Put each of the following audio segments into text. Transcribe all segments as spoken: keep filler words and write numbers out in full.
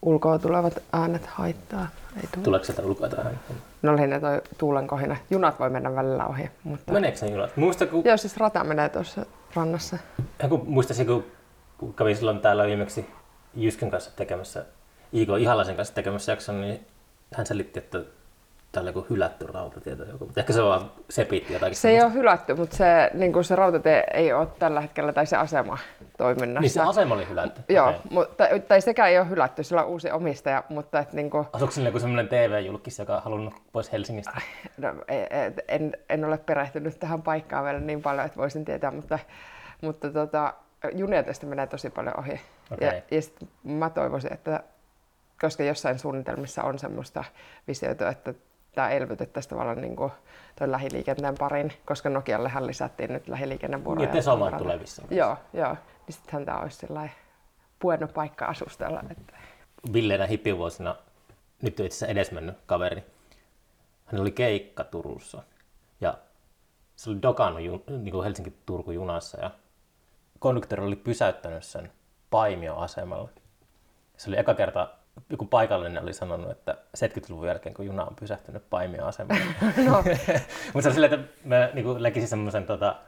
ulkoa tulevat äänet haittaa. Ei tule. Tuleeko sieltä ulkoa tähän? No lähinnä toi tuulen kohina. Junat voi mennä välillä ohi. Mutta... Meneekö ne junat? Muista, kun... Joo, siis rata menee tuossa rannassa. Muistaisin, kun, kun kävin silloin täällä viimeksi Jyskän kanssa tekemässä, Iiko Ihalaisen kanssa tekemässä jakson, niin hän selitti, että täällä on joku hylätty rautatieto joku. Mutta ehkä se on vaan sepitti jotakin. Se sellaista. ei ole hylätty, mutta se, niin se rautatie ei ole tällä hetkellä, tai se asema toiminnassa. Niin se asema oli hylätty? Joo, okay. mutta, tai sekään ei ole hylätty, sillä on uusi omistaja, mutta et niin kuin... Asuuko sinne joku sellainen T V-julkis, joka on halunnut pois Helsingistä? No, en, en ole perehtynyt tähän paikkaan vielä niin paljon, että voisin tietää, mutta, mutta tota, junia tästä menee tosi paljon ohi. Okay. Ja, ja sit mä toivoisin, että koska jossain suunnitelmissa on semmoista visiota, että tämä elvytettäisiin tavallaan niin kuin tuon lähiliikenteen parin, koska Nokiallehan lisättiin nyt lähiliikennevuoroja. Niin, Tesomaan tulevissa. Joo, joo. Niin sittenhän tämä olisi sellainen pueno paikka asustella. Että... Villeinä hippivuosina, nyt on itse asiassa edesmennyt kaveri, hän oli keikka Turussa ja se oli dokannut niin kuin Helsinki-Turku junassa ja konduktori oli pysäyttänyt sen Paimio-asemalla. Se oli eka kerta, joku paikallinen oli sanonut, että seitsemänkymmentäluvun jälkeen, kun juna on pysähtynyt Paimio-asemalle. No. Mutta se oli silleen, että mä niin lekisin semmoisen tota,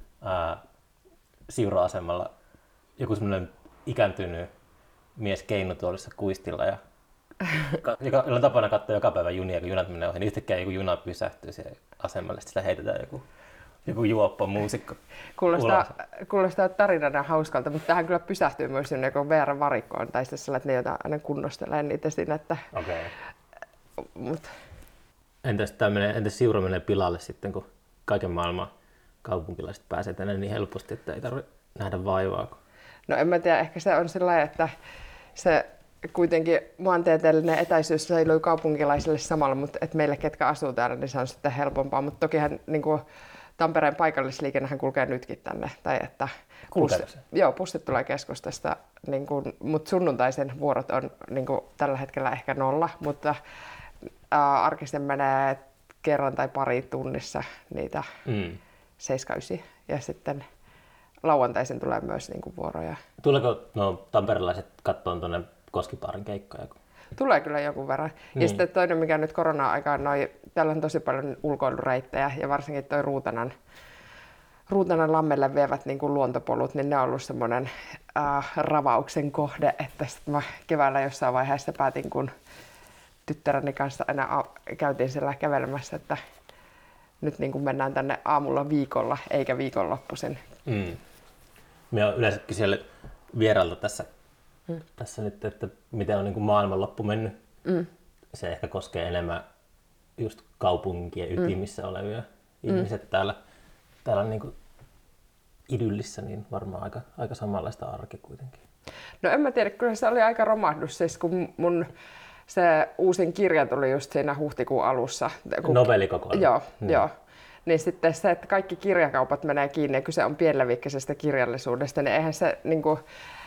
siuroasemalla joku semmoinen ikääntynyt mies keinutuolissa kuistilla ja joka on tapana katsoa joka päivä junia, kun junat menee ohi, niin yhtäkkiä joku juna pysähtyy siihen asemalle, sitten sitä heitetään joku, joku juoppo muusikko. Kuulostaa, kuulostaa tarinana hauskalta, mutta tähän kyllä pysähtyy myös jonne joku V R-varikkoon, tai sitten sellainen, että ne jotain aina kunnostelee niitä siinä. Että... Okay. Mut. Entäs, menee, entäs siuro menee pilalle sitten, kun kaiken maailman kaupunkilaiset pääsee tänne niin helposti, että ei tarvitse nähdä vaivaa? Kun... No en mä tiedä, ehkä se on sellainen, että se kuitenkin maantieteellinen etäisyys säilyy kaupunkilaisille samalla, mutta et meille, ketkä asuu täällä, niin se on sitten helpompaa. Mutta tokihan niin kuin Tampereen paikallisliikennehän kulkee nytkin tänne. Tai että bussit, joo, bussit tulee keskustasta, niin kuin, mutta sunnuntaisen vuorot on niin kuin tällä hetkellä ehkä nolla, mutta ää, arkisten menee kerran tai pari tunnissa niitä mm. seitsemän yhdeksän ja sitten lauantaisin tulee myös niin kuin vuoroja. Tuleeko no, tamperelaiset katsomaan tuonne Koskipaarin keikkoja? Tulee kyllä jonkun verran. Mm. Ja sitten toinen, mikä nyt korona-aikaan, noi, täällä on tosi paljon ulkoilureittejä ja varsinkin toi Ruutanan, Ruutanan lammelle vievät niin kuin luontopolut, niin ne on ollut semmoinen äh, ravauksen kohde, että sitten mä keväällä jossain vaiheessa päätin, kun tyttäreni kanssa aina a- käytiin siellä kävelemässä, että nyt niin kuin mennään tänne aamulla viikolla eikä viikonloppuisin. Mm. Me on yleensäkin siellä vierailta tässä, mm. tässä nyt, että miten on niin kuin maailmanloppu mennyt. Mm. Se ehkä koskee enemmän just kaupunkien ytimissä mm. olevia mm. ihmiset täällä, täällä niin kuin idyllissä, niin varmaan aika, aika samanlaista arki kuitenkin. No en mä tiedä, kyllä se oli aika romahdus, siis kun mun se uusin kirja tuli just siinä huhtikuun alussa. Kun... Novellikokoelma. Joo, mm. joo. Niin sitten se, että kaikki kirjakaupat menee kiinni ja kyse on pienlevikkisestä kirjallisuudesta, niin eihän se niin kuin,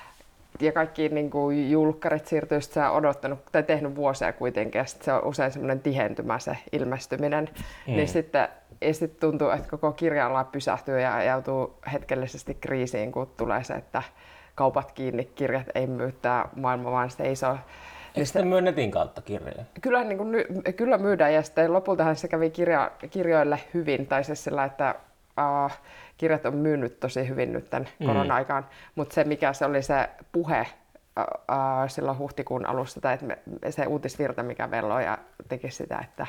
ja kaikki niin kuin julkkarit siirtyy, se on odottanut tai tehnyt vuosia kuitenkin ja se on usein semmoinen tihentymä se ilmestyminen, mm. niin sitten ja sit tuntuu, että koko kirja-ala pysähtyy ja ajautuu hetkellisesti kriisiin, kun tulee se, että kaupat kiinni, kirjat ei myy, tämä maailma vaan seisoo. Eikö sitten myy netin kautta kirjoja? Kyllä, niin kuin, kyllä myydään ja sitten lopultahan se kävi kirja, kirjoille hyvin, tai siis sillä, että uh, kirjat on myynyt tosi hyvin nyt tämän mm. korona-aikaan, mutta se mikä se oli se puhe uh, uh, silloin huhtikuun alusta, tai että me, se uutisvirta mikä velloi ja teki sitä, että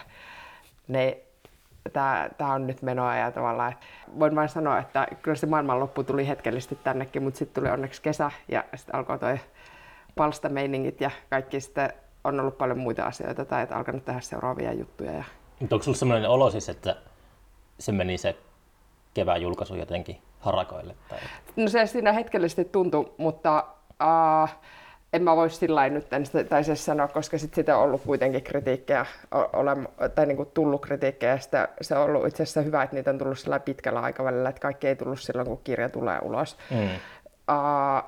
ne tämä on nyt menoa ja tavallaan, että voin vain sanoa, että kyllä se maailmanloppu tuli hetkellisesti tännekin, mutta sitten tuli onneksi kesä ja sitten alkoi toi palstameiningit ja kaikki sitten on ollut paljon muita asioita tai että alkanut tehdä seuraavia juttuja. Ja... Mutta onko sinulla sellainen olo siis, että se meni se kevään julkaisu jotenkin harakoille? Tai... No se siinä hetkellisesti tuntui, mutta uh, en mä voi sillä lailla nyt tai se sanoa, koska sit sitä on ollut kuitenkin kritiikkejä, ole, tai niinku tullut kritiikkejä ja se on ollut itse asiassa hyvä, että niitä on tullut sillä pitkällä aikavälillä, että kaikki ei tullut silloin, kun kirja tulee ulos. Mm. Uh,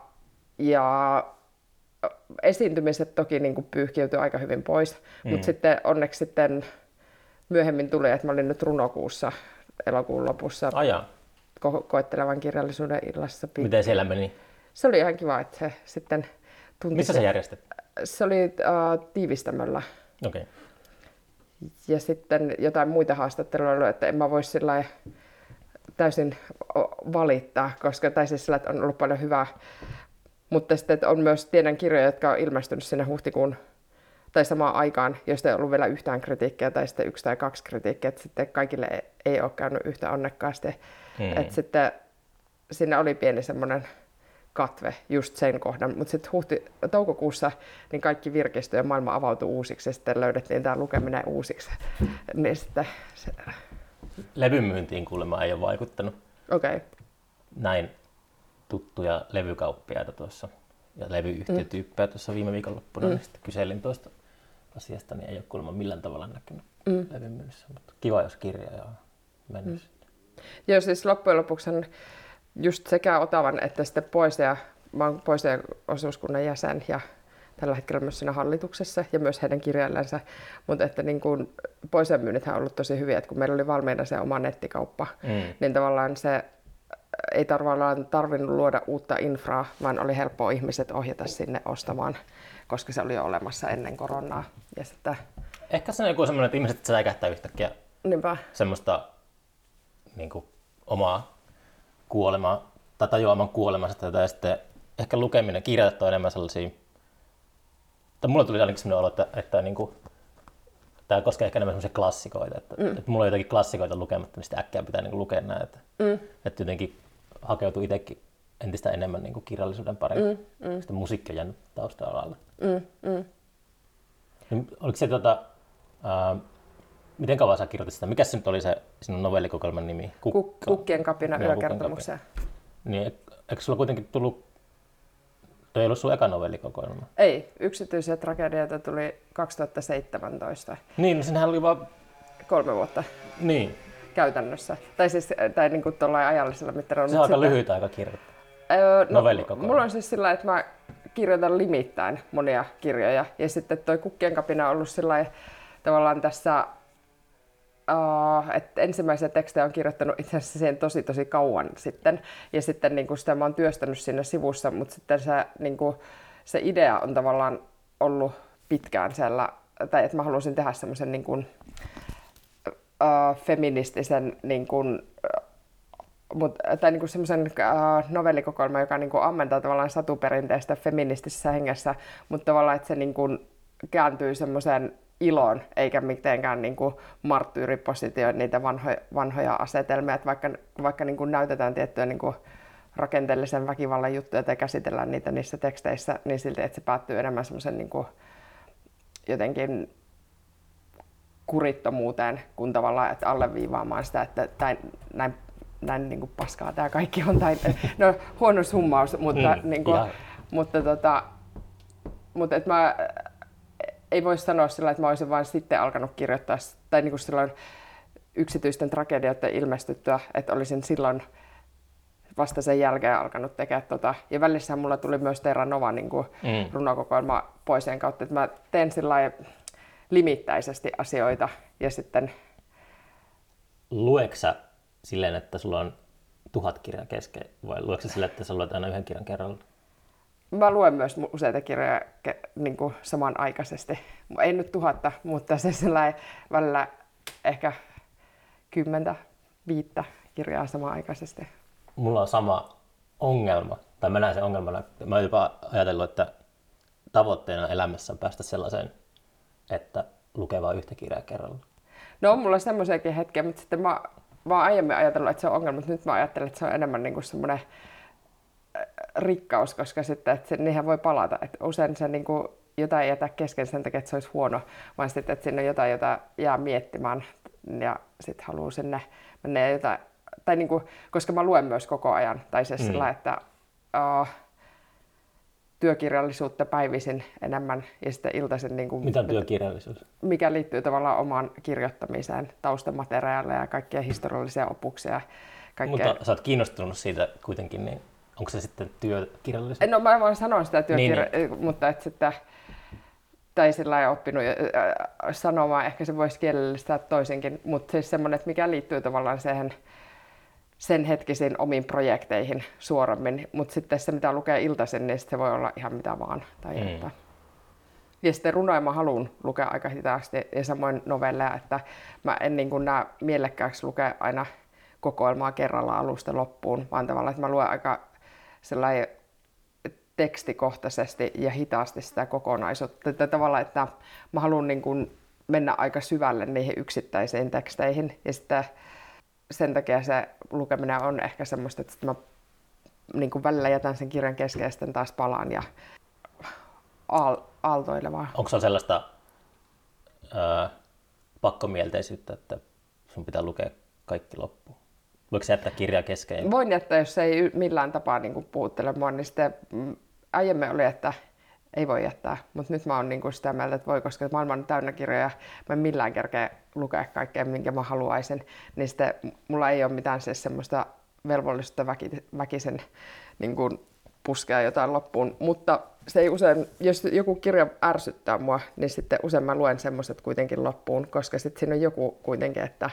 ja esiintymiset toki niin kuin pyyhkiytyi aika hyvin pois, mm. mutta sitten onneksi sitten myöhemmin tuli, että mä olin nyt runokuussa elokuun lopussa Aja. ko- koettelevan kirjallisuuden illassa. Miten siellä meni? Se oli ihan kiva, että se sitten tuntui... Missä se järjestettiin? Se oli äh, tiivistämällä. Okei. Okay. Ja sitten jotain muita haastatteluja oli, että en mä voi sillä täysin valittaa, koska tai siis sillä, että on ollut paljon hyvää. Mutta sitten että on myös tiedän kirjoja, jotka on ilmestynyt sinne huhtikuun tai samaan aikaan, joista ei ollut vielä yhtään kritiikkiä tai sitten yksi tai kaksi kritiikkiä, että sitten kaikille ei ole käynyt yhtä onnekkaasti. Hmm. Että sitten siinä oli pieni semmoinen katve just sen kohdan, mutta sitten huhti, toukokuussa niin kaikki virkistyi ja maailma avautui uusiksi ja sitten löydettiin tämä lukeminen uusiksi. Niin sitten se... Levyn myyntiin kuulemma ei ole vaikuttanut. Okei. Okay. Näin tuttuja levykauppiaita tuossa ja levyyhtiötyyppejä tuossa viime viikonloppuna, mm. niin sitten kyselin tuosta asiasta, niin ei ole kuulemma millään tavalla näkynyt mm. levyn myynnissä, mutta kiva jos kirja on mennyt mm. sitten. Joo, siis loppujen lopuksi just sekä Otavan että sitten Poesia, mä oon Poesian osuuskunnan jäsen ja tällä hetkellä myös siinä hallituksessa ja myös heidän kirjaillensa, mutta että niin kuin Poesian myynnithän on ollut tosi hyviä, että kun meillä oli valmiina se oma nettikauppa, mm. niin tavallaan se ei tavallaan tarvinnut luoda uutta infraa, vaan oli helppoa ihmiset ohjata sinne ostamaan, koska se oli jo olemassa ennen koronaa. Ja sitä... Ehkä se on joku semmoinen, että ihmiset säikähtää yhtäkkiä Niinpä. semmoista niin kuin, omaa kuolemaa tai tajuaman kuolemasta, tai sitten ehkä lukeminen, kirjat on enemmän sellaisia, tai mulle tuli ainakin sellainen olo, että, että niin kuin, tämä koskee ehkä enemmän sellaisia klassikoita, että, mm. että mulla on jotakin klassikoita lukematta, niin sitten äkkiä pitää niin kuin, lukea näitä, että, mm. että jotenkin hakeutuu itsekin entistä enemmän niin kuin, kirjallisuuden pariin, mm. mm. sitten musiikki on jäänyt tausta-alalle. Mm. Mm. Niin, oliko se tota, ää, miten kauan sä kirjoitit sitä? Mikä se nyt oli se sinun novellikokoelman nimi? Kukka. Kukkien kapina yökertomuksia. Niin, eikö sulla kuitenkin tullut, toi ei ollut sun eka novellikokoelma? Ei, yksityisiä tragedioita tuli kaksituhattaseitsemäntoista. Niin, no senhän oli vaan... Kolme vuotta. Niin. Käytännössä. Tai siis tai niin kuin tuollain ajallisella mittarilla. Se on aika lyhyt aika kirjoittaa. Öö, no, mulla on siis sillä, että mä kirjoitan limittäin monia kirjoja. Ja sitten toi Kukkien kapina on ollut sillä tavallaan tässä... Uh, että ensimmäisiä tekstejä on kirjoittanut itse asiassa siihen tosi tosi kauan sitten ja sitten niin kuin sitä mä oon työstänyt siinä sivussa, mutta sitten se, niin kuin, se idea on tavallaan ollut pitkään siellä, tai että mä halusin tehdä semmoisen niin kuin, uh, feministisen niin kuin, mut, tai niin kuin semmoisen uh, novellikokoelman, joka niin kuin ammentaa tavallaan satuperinteistä feministisessä hengessä, mutta tavallaan että se niin kuin kääntyy semmoiseen iloon, eikä mitenkään niin kuin marttyyripositioon niitä vanhoja, vanhoja asetelmia, että vaikka, vaikka niin kuin näytetään tiettyjä niin kuin rakenteellisen väkivallan juttuja tai käsitellään niitä niissä teksteissä, niin silti, että se päättyy enemmän semmoisen niin kuin jotenkin kurittomuuteen, kun tavallaan, että alleviivaamaan sitä, että näin, näin, näin niin kuin paskaa tämä kaikki on, tai no huono summaus, mutta, mm, niin kuin, mutta, tota, mutta että mä ei voi sanoa sillä, että mä olisin vain sitten alkanut kirjoittaa, tai niin kuin silloin yksityisten tragedioiden ilmestyttyä, että olisin silloin vasta sen jälkeen alkanut tekemään tota. Ja välissähän mulla tuli myös Terra Nova niin kuin mm. runokokoelma Poesian kautta, että mä teen sillä limittäisesti asioita ja sitten... Lueksä sä silleen, että sulla on tuhat kirjaa kesken, vai lueksä sä silleen, että sä luet aina yhden kirjan kerralla? Mä luen myös useita kirjoja niin kuin samanaikaisesti. Ei nyt tuhatta, mutta se sellainen välillä ehkä kymmentä, viittä kirjaa samanaikaisesti. Mulla on sama ongelma, tai mä näen sen ongelmana. Mä oon jopa ajatellut, että tavoitteena elämässä on päästä sellaiseen, että lukee vain yhtä kirjaa kerralla. No on mulla semmoisiakin hetkiä, mutta sitten mä, mä oon aiemmin ajatellut, että se on ongelma, mutta nyt mä ajattelen, että se on enemmän niin kuin semmoinen rikkaus, koska sitten, että se, niihin voi palata. Että usein se niin kuin, jotain ei jätä kesken sen takia, että se olisi huono, vaan sitten, että siinä on jotain, jota jää miettimään ja sitten haluaa sinne mennä jotain. Tai niin kuin, koska mä luen myös koko ajan, tai se mm. sillä, että uh, työkirjallisuutta päivisin enemmän ja sitten iltaisin... Niin kuin, mitä on työkirjallisuus? Mikä liittyy tavallaan omaan kirjoittamiseen, taustamateriaaleja ja kaikkia historiallisia opuksia. Kaikkea. Mutta sä oot kiinnostunut siitä kuitenkin, niin onko se sitten työkirjallisuus? No mä voin sanoa sitä työkirjallisuutta, niin, mutta et sitten... Tai sillä ei oppinut sanomaan, ehkä se voisi kielellistää toisinkin, mutta siis semmoinen, että mikä liittyy tavallaan siihen sen hetkisiin omiin projekteihin suoremmin, mutta sitten se mitä lukee iltaisin, niin se voi olla ihan mitä vaan. Tai mm. Ja sitten runoja mä haluan lukea aika hitaasti ja samoin novelleja, että mä en niin kuin näe mielekkääksi lukea aina kokoelmaa kerralla alusta loppuun, vaan tavallaan, että mä luen aika sellainen tekstikohtaisesti ja hitaasti sitä kokonaisuutta. Että tavallaan, että mä haluan niin kuin mennä aika syvälle niihin yksittäisiin teksteihin ja sitten sen takia se lukeminen on ehkä semmoista, että mä niin kuin välillä jätän sen kirjan kesken ja sitten taas palaan ja aal- aaltoilevaa. Onko se sellaista ää, pakkomielteisyyttä, että sun pitää lukea kaikki loppuun? Voiko sä jättää kirjaa kesken? Voin jättää, jos se ei millään tapaa niin kuin puhuttele mua, niin sitten mm, aiemmin oli, että ei voi jättää, mutta nyt mä oon niin kuin sitä mieltä, että voi, koska maailma on täynnä kirjoja, mä en millään kerkeä lukea kaikkea, minkä mä haluaisin, niin sitten mulla ei ole mitään siis semmoista velvollisuutta väki, väkisen niin kuin puskea jotain loppuun, mutta se ei usein, jos joku kirja ärsyttää mua, niin sitten usein mä luen semmoiset kuitenkin loppuun, koska sitten siinä on joku kuitenkin, että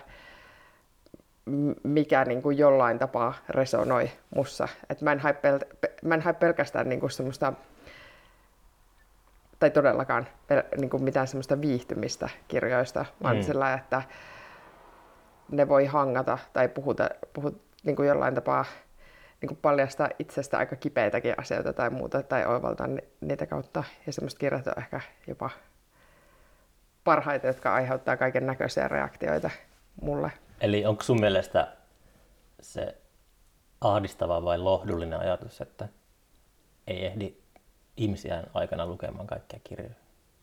mikä niin kuin jollain tapaa resonoi mussa. Et mä en hae, pel- mä en hae pelkästään niin kuin semmoista, tai todellakaan niin kuin mitään semmoista viihtymistä kirjoista, vaan mm. sellainen, että ne voi hangata tai puhuta, puhut, niin kuin jollain tapaa niin kuin paljastaa itsestä aika kipeitäkin asioita tai muuta, tai oivaltaa niitä kautta. Ja semmoista kirjat on ehkä jopa parhaita, jotka aiheuttaa kaiken näköisiä reaktioita mulle. Eli onko sun mielestä se ahdistava vai lohdullinen ajatus, että ei ehdi ihmisiään aikana lukemaan kaikkia kirjoja?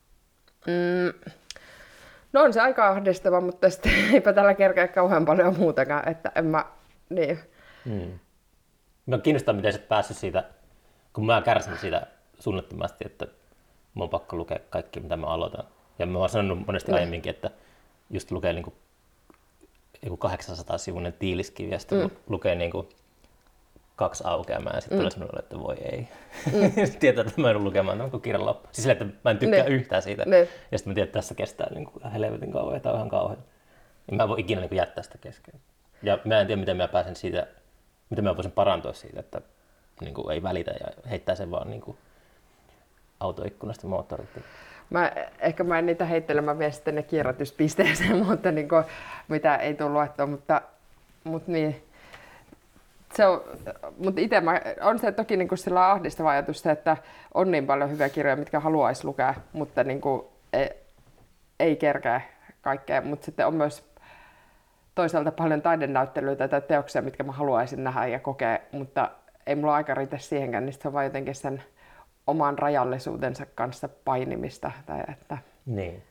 Mm. No on se aika ahdistava, mutta sitten eipä tällä kerkeä kauhean paljon muutakaan, että en mä, niin. Mm. Mä kiinnostaa, miten sä et päässyt siitä, kun mä kärsin siitä suunnattomasti, että mun on pakko lukea kaikki, mitä mä aloitan. Ja mä oon sanonut monesti mm. aiemminkin, että just lukee niinku joku kahdeksansataa-sivuinen tiiliskivi ja sitten mm. lukee niinku kaksi aukeamaa ja sitten mm. tulee semmoinen, että voi ei. Mm. Sitten tietää, että mä en ole lukemaan tämän kirjan loppu. Siis sillä, että mä en tykkää ne. yhtään siitä. Ne. Ja sitten mä tiedän, että tässä kestää niin kuin helvetin kauan ja tämä on ihan kauhean. Ja mä en voi ikinä niin kuin jättää sitä kesken. Ja mä en tiedä, miten mä pääsen siitä, miten mä voisin parantua siitä, että niin kuin ei välitä ja heittää sen vaan niin kuin autoikkunasta moottorit. Mä, ehkä mä en niitä heittele, mä vien sitten ne kierrätyspisteeseen, mutta niin kuin, mitä ei tule luettua, mutta, mutta niin. Se on, mutta itse mä, on se toki niin kuin sillä ahdistava ajatus se, että on niin paljon hyviä kirjoja, mitkä haluaisi lukea, mutta niin kuin ei, ei kerkeä kaikkea. Mutta sitten on myös toisaalta paljon taidenäyttelyitä tai teoksia, mitkä mä haluaisin nähdä ja kokea, mutta ei mulla aika riitä siihenkään, niin se on vaan jotenkin sen oman rajallisuutensa kanssa painimista. Tai että. Niin.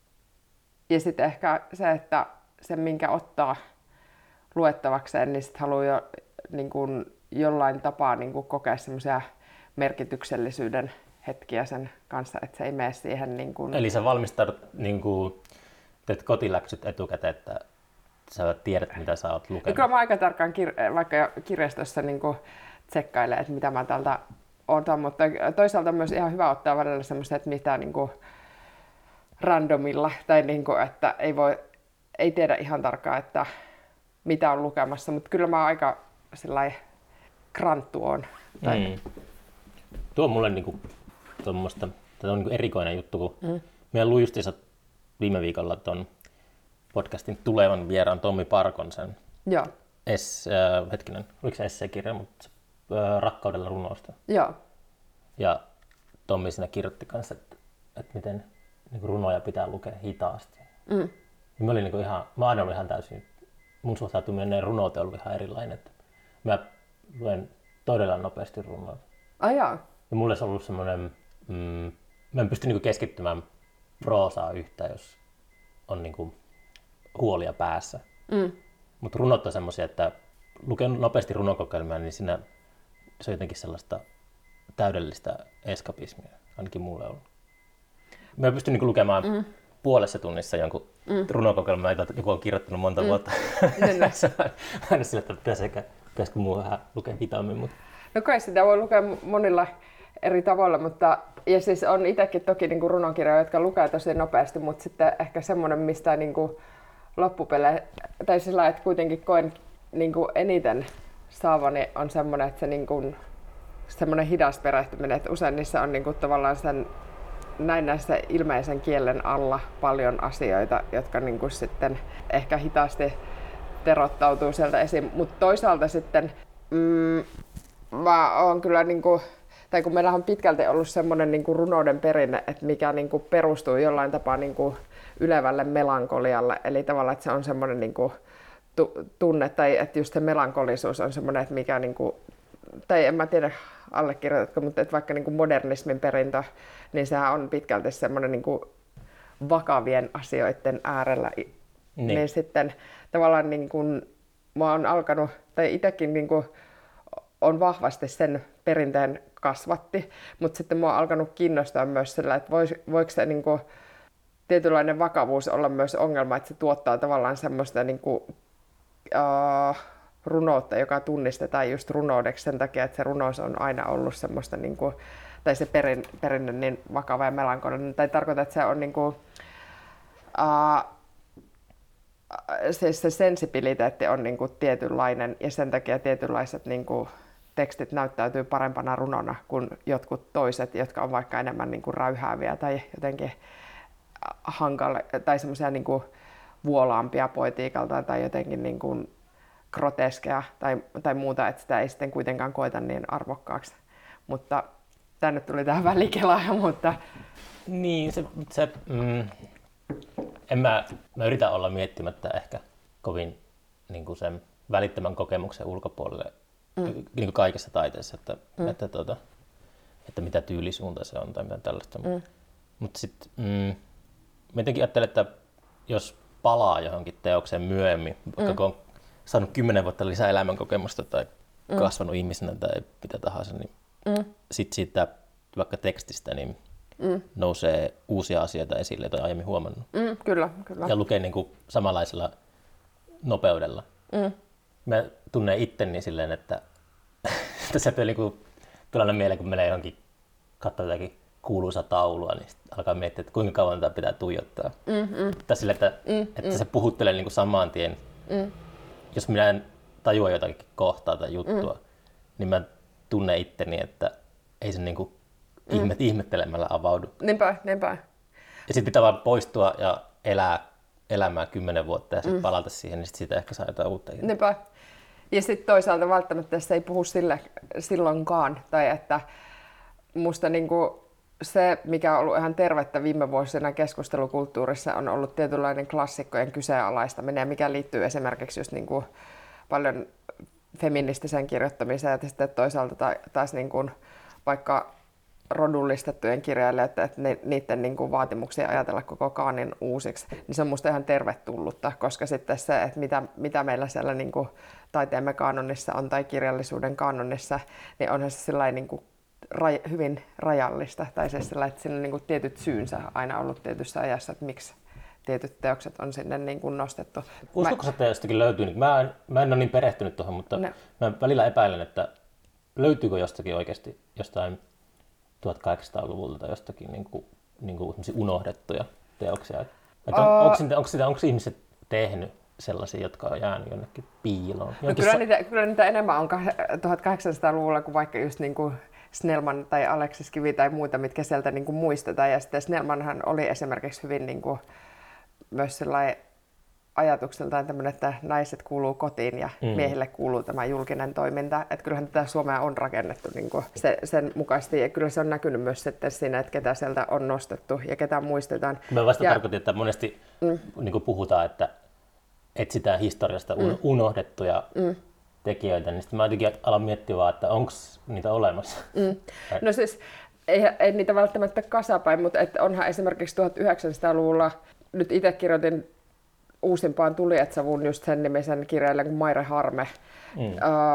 Ja sitten ehkä se, että se minkä ottaa luettavakseen, niin sitten haluaa jo niin kuin jollain tapaa niin kuin kokea semmoisia merkityksellisyyden hetkiä sen kanssa, että se ei mene siihen niin kuin. Eli sä valmistaudut, niin kuin, teet kotiläksyt etukäteen, että sä tiedät, mitä sä oot lukenut? Kyllä mä aika tarkkaan kir- vaikka kirjastossa niin kuin tsekkailen, että mitä mä täältä otan, mutta toisaalta myös ihan hyvä ottaa välillä semmoista, että mitä niin kuin randomilla, tai niin kuin, että ei, voi, ei tiedä ihan tarkkaan, että mitä on lukemassa, mutta kyllä mä aika sellainen kranttu on. Tai. Mm. Tuo on mulle niinku, tuommoista, tämä on niinku erikoinen juttu, kun mm. meidän luin justiinsa viime viikolla ton podcastin tulevan vieraan Tommi Parkonsen. Joo. Es, äh, hetkinen, oliko se esseekirja, mutta äh, Rakkaudella runousta. Joo. Ja Tommi siinä kirjoitti kanssa, että, että miten niinku runoja pitää lukea hitaasti. Mm. Mä olin niinku ihan, mä aina olin ihan täysin, mun suhtautuminen runouteen on ollut ihan erilainen. Että mä luen todella nopeasti runoja. Ai jaa. Ja mulle se on ollut semmoinen, mm, mä en pysty niinku keskittymään proosaa yhtään, jos on niinku huolia päässä. Mm. Mutta runot on semmoisia, että lukee nopeasti runokokelmia, niin siinä se on jotenkin sellaista täydellistä eskapismia, ainakin mulle on. Mä pystyn niinku lukemaan mm. puolessa tunnissa jonkun mm. runokokelmaa, jota joku on kirjoittanut monta mm. vuotta. Aina sillä, että pitäisikö, pitäisikö muu vähän lukea hitaammin. Mutta. No kai sitä voi lukea monilla eri tavoilla, mutta ja siis on itsekin toki niin kuin runokirjoja, jotka lukee tosi nopeasti, mutta sitten ehkä semmoinen, mistä niin kuin loppupele, tai sillä että kuitenkin koen niin kuin eniten saavani on semmoinen, että se niin kuin, semmoinen hidas perehtyminen, että usein niissä on niin kuin tavallaan sen näin näissä ilmeisen kielen alla paljon asioita, jotka niin kuin sitten ehkä hitaasti terottautuu sieltä esiin. Mutta toisaalta sitten mm, mä oon kyllä, niin kuin, tai kun meillä on pitkälti ollut semmoinen niin kuin runouden perinne, että mikä niin kuin perustuu jollain tapaa niin kuin ylevälle melankolialle. Eli tavallaan, että se on semmoinen niin kuin tunne, tai että just se melankolisuus on semmoinen, että mikä, niin kuin, tai en mä tiedä allekirjoitatko, mutta että vaikka niin kuin modernismin perintö, niin sehän on pitkälti semmoinen niin kuin vakavien asioiden äärellä. Niin, niin sitten tavallaan niin kuin, mä oon alkanut, tai itsekin niin kuin, on vahvasti sen perinteen kasvatti, mutta sitten mä oon alkanut kiinnostaa myös sillä, että vois, voiko se niin kuin, tietynlainen vakavuus olla myös ongelma, että se tuottaa tavallaan semmoista niin kuin, uh, runoutta, joka tunnistetaan just runoudeksi sen takia, että se runous on aina ollut semmoista, niin kuin, tai se perin, perinne niin vakava ja melankolinen, tai tarkoittaa, että se on niin kuin, uh, siis se sensibiliteetti on niin kuin tietynlainen, ja sen takia tietynlaiset niin kuin tekstit näyttäytyy parempana runona kuin jotkut toiset, jotka on vaikka enemmän niin kuin räyhääviä tai jotenkin hankala, tai semmoisia niin kuin vuolaampia poetiikalta tai jotenkin niin kuin groteskeja tai, tai muuta, että sitä ei sitten kuitenkaan koeta niin arvokkaaksi. Mutta tänne tuli tähän välikelaaja, mutta... Niin, se... se mm, en mä, mä yritän olla miettimättä ehkä kovin niin kuin sen välittömän kokemuksen ulkopuolelle mm. niin kuin kaikessa taiteessa, että, mm. että, tuota, että mitä tyylisuunta se on tai mitä tällaista. Mm. Mutta sitten mm, mä jotenkin ajattelen, että jos palaa johonkin teokseen myöhemmin, vaikka mm. kun on saanut kymmenen vuotta lisää elämänkokemusta tai mm. kasvanut ihmisenä tai mitä tahansa, niin mm. sitten siitä vaikka tekstistä niin mm. nousee uusia asioita esille, joita aiemmin huomannut. Mm, kyllä, kyllä. Ja lukee niin kuin samanlaisella nopeudella. Mm. Mä tunnen itteni silleen, että se tulee niin tällainen mieleen, kun menee johonkin katsoa jotakin kuuluisa taulua, niin alkaa miettiä, että kuinka kauan tätä pitää tuijottaa. Mm, mm. Tai sille, että, mm, että mm. se puhuttelee niin kuin saman tien. Mm. Jos minä en tajua jotakin kohtaa tai juttua, mm. niin mä tunnen itteni, että ei se niin kuin mm. ihmet, ihmettelemällä avaudu. Niinpä, niinpä. Ja sitten pitää vaan poistua ja elää elämää kymmenen vuotta ja sitten mm. palata siihen, niin sitten siitä ehkä saa jotain uutta. Niinpä. Ja sitten toisaalta välttämättä se ei puhu sille silloinkaan. Tai että musta niinku se, mikä on ollut ihan tervettä viime vuosina keskustelukulttuurissa, on ollut tietynlainen klassikkojen kyseenalaistaminen, mikä liittyy esimerkiksi just niinku paljon feministiseen kirjoittamiseen ja sitten toisaalta taas niinku vaikka rodullistettujen kirjailijoiden, että niiden niin kuin vaatimuksia ajatella koko kaanin uusiksi, niin se on musta ihan tervetullutta, koska sitten se, että mitä, mitä meillä siellä niin kuin taiteemme kaanonissa on tai kirjallisuuden kaanonissa, niin onhan se sellainen niin kuin raj, hyvin rajallista, tai se sellainen, että siinä on niin kuin tietyt syynsä aina ollut tietyssä ajassa, että miksi tietyt teokset on sinne niin kuin nostettu. Uskotko sä, että jostakin löytyy? Mä en, mä en ole niin perehtynyt tuohon, mutta no. Mä välillä epäilen, että löytyykö jostakin oikeasti jostain tuhatkahdeksansataaluvulta tai jostakin niin kuin, niin kuin unohdettuja teoksia. Että on, uh, onko, sitä, onko, sitä, onko ihmiset tehnyt sellaisia, jotka on jäänyt jonnekin piiloon? No kyllä, sa- niitä, kyllä niitä enemmän on tuhatkahdeksansataaluvulla kuin vaikka just niin kuin Snellman tai Aleksis Kivi tai muita, mitkä sieltä niin kuin muistetaan. Ja sitten Snellmanhan oli esimerkiksi hyvin niin kuin myös sellainen ajatukseltaan tämmöinen, että naiset kuuluu kotiin ja mm. miehille kuuluu tämä julkinen toiminta. Että kyllähän tätä Suomea on rakennettu niin kuin se, sen mukaisesti ja kyllä se on näkynyt myös sitten siinä, että ketä sieltä on nostettu ja ketä muistetaan. Mä vasta ja, tarkoitin, että monesti mm. niin kuin puhutaan, että etsitään historiasta mm. unohdettuja mm. tekijöitä, niin sitten mä jotenkin alan miettiä vaan, että onko niitä olemassa. Mm. No siis ei, ei niitä välttämättä kasapäin, mutta että onhan esimerkiksi tuhatyhdeksänsataaluvulla, nyt itse kirjoitin uusimpaan Tulijat-savun just sen nimisen kirjailijan kuin Maire Harme mm.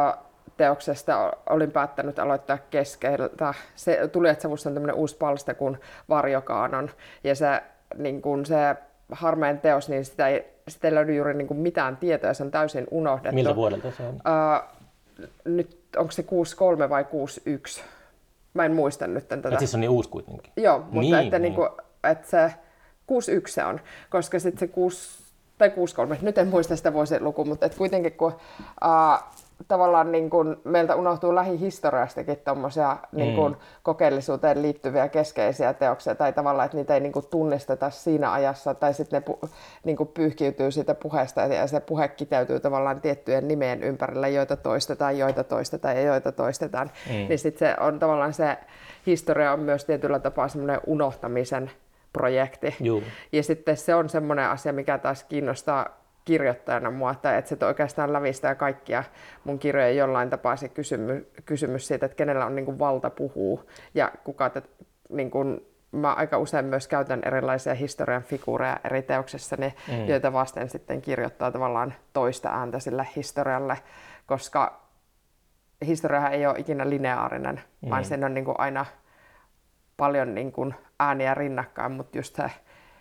teoksesta olin päättänyt aloittaa keskeltä. Se Tulijat-savussa on tämmöinen uusi palsta kuin Varjokaanon ja se, niin kun se Harmeen teos, niin sitä ei, sitä ei löydy juuri niin kuin mitään tietoa, se on täysin unohdettu. Miltä vuodelta se on? Uh, nyt onko se kuusikymmentäkolme vai kuusikymmentäyksi? Mä en muista nyt tätä. Et siis on niin uusi kuitenkin. Joo, mutta niin, että, niin. Niin kuin, että se kuusikymmentäyksi se on, koska sitten se kuusi tai kuusikymmentäkolme, nyt en muista sitä vuosilukua, mutta et kuitenkin kun uh, tavallaan niin kuin meiltä unohtuu lähihistoriastakin tuommoisia mm. niin kuin kokeellisuuteen liittyviä keskeisiä teoksia, tai tavallaan, että niitä ei niin kuin tunnisteta siinä ajassa, tai sitten ne pu, niin kuin pyyhkiytyy siitä puheesta, ja se puhe kiteytyy tavallaan tiettyjen nimeen ympärillä, joita toistetaan, joita toistetaan ja joita toistetaan. Mm. Niin sitten se on tavallaan se historia on myös tietyllä tapaa semmoinen unohtamisen projekti. Juu. Ja sitten se on semmoinen asia, mikä taas kiinnostaa kirjoittajana mua, että se oikeastaan lävistää kaikkia mun kirjoja jollain tapaa se kysymys, kysymys siitä, että kenellä on niin kuin valta puhuu ja kuka te, niin kuin, mä aika usein myös käytän erilaisia historian figuureja eri teoksissani, mm. joita vasten sitten kirjoittaa tavallaan toista ääntä sille historialle, koska historiahan ei ole ikinä lineaarinen, mm. vaan sen on niin kuin aina paljon niin kuin ääniä rinnakkain, mutta just se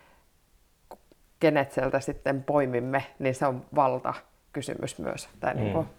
kenet sieltä sitten poimimme, niin se on valtakysymys myös. Tai mm. niin kuin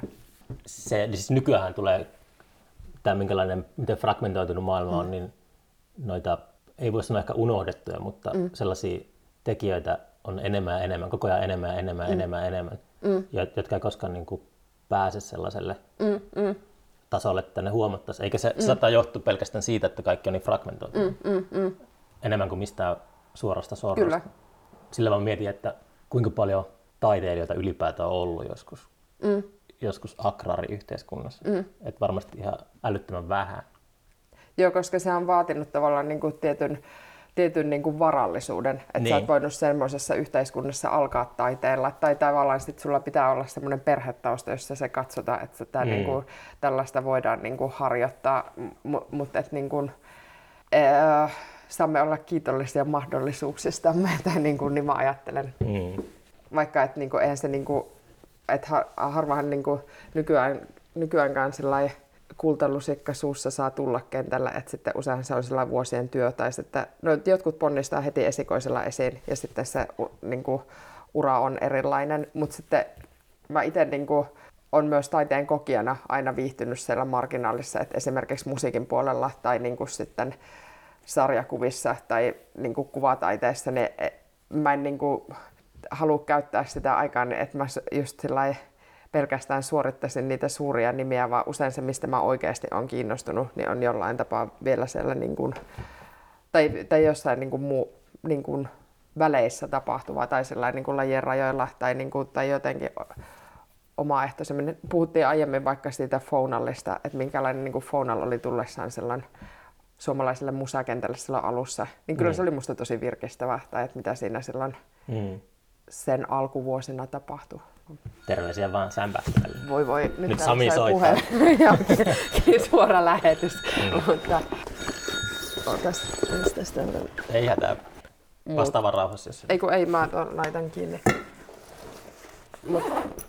se, siis nykyään tulee tämä minkälainen, miten fragmentoitunut maailma on, mm. niin noita ei voi sanoa ehkä unohdettuja, mutta mm. sellaisia tekijöitä on enemmän ja enemmän, koko ajan enemmän ja enemmän ja mm. enemmän ja enemmän, mm. jotka ei koskaan niin kuin pääse sellaiselle mm. Mm. tasolle, että ne huomattaisiin. Eikä se mm. saattaa johtua pelkästään siitä, että kaikki on niin fragmentoitunut. Mm. Mm. Mm. Enemmän kuin mistään suorasta sorrasta. Kyllä. Sillä mä mietin, että kuinka paljon taiteilijoita ylipäätään on ollut joskus, mm. joskus agraariyhteiskunnassa. Mm. Että varmasti ihan älyttömän vähän. Joo, koska se on vaatinut tavallaan niin kuin tietyn, tietyn niin kuin varallisuuden. Että niin. Sä oot voinut semmoisessa yhteiskunnassa alkaa taiteella. Tai tavallaan sit sulla pitää olla semmoinen perhetausta, jossa se katsotaan, että tää mm. niin kuin, tällaista voidaan niin kuin harjoittaa. M- mutta että niin kuin, äh, saamme olla kiitollisia mahdollisuuksistamme, tai niin, kuin, niin mä ajattelen. Mm. Vaikka et, niin kuin, eihän se, niin kuin, et har, harvahan niin kuin, nykyään, nykyäänkään kultalusikka suussa saa tulla kentällä, että sitten useinhan se on vuosien työ, tai sitten no, jotkut ponnistaa heti esikoisella esiin, ja sitten se niin kuin, ura on erilainen, mutta sitten mä itse niin kuin, on myös taiteen kokijana aina viihtynyt siellä marginaalissa, että esimerkiksi musiikin puolella tai niin kuin, sitten sarjakuvissa tai niin kuin kuvataiteessa, niin mä en niin kuin halua käyttää sitä aikaa, että mä just pelkästään suorittaisin niitä suuria nimiä, vaan usein se, mistä mä oikeasti olen kiinnostunut, niin on jollain tapaa vielä siellä niin kuin, tai, tai jossain niin kuin muu, niin kuin väleissä tapahtuvaa tai sellainen niin kuin lajien rajoilla tai, niin kuin, tai jotenkin omaehtoisemmin. Puhuttiin aiemmin vaikka siitä Founallista, että minkälainen niin kuin Founal oli tullessaan sellainen suomalaiselle musakentälle silloin alussa, niin kyllä mm. se oli musta tosi virkistävää, tai että mitä siinä silloin mm. sen alkuvuosina tapahtui. Terveisiä vaan sämpähtäjälle. Voi voi, nyt, nyt Sami soittaa. Suora lähetys. Mm. Mutta otas, tästä ei hätää. Vastaava rauhassa. Jos... Ei kun ei, mä laitan kiinni. Mut.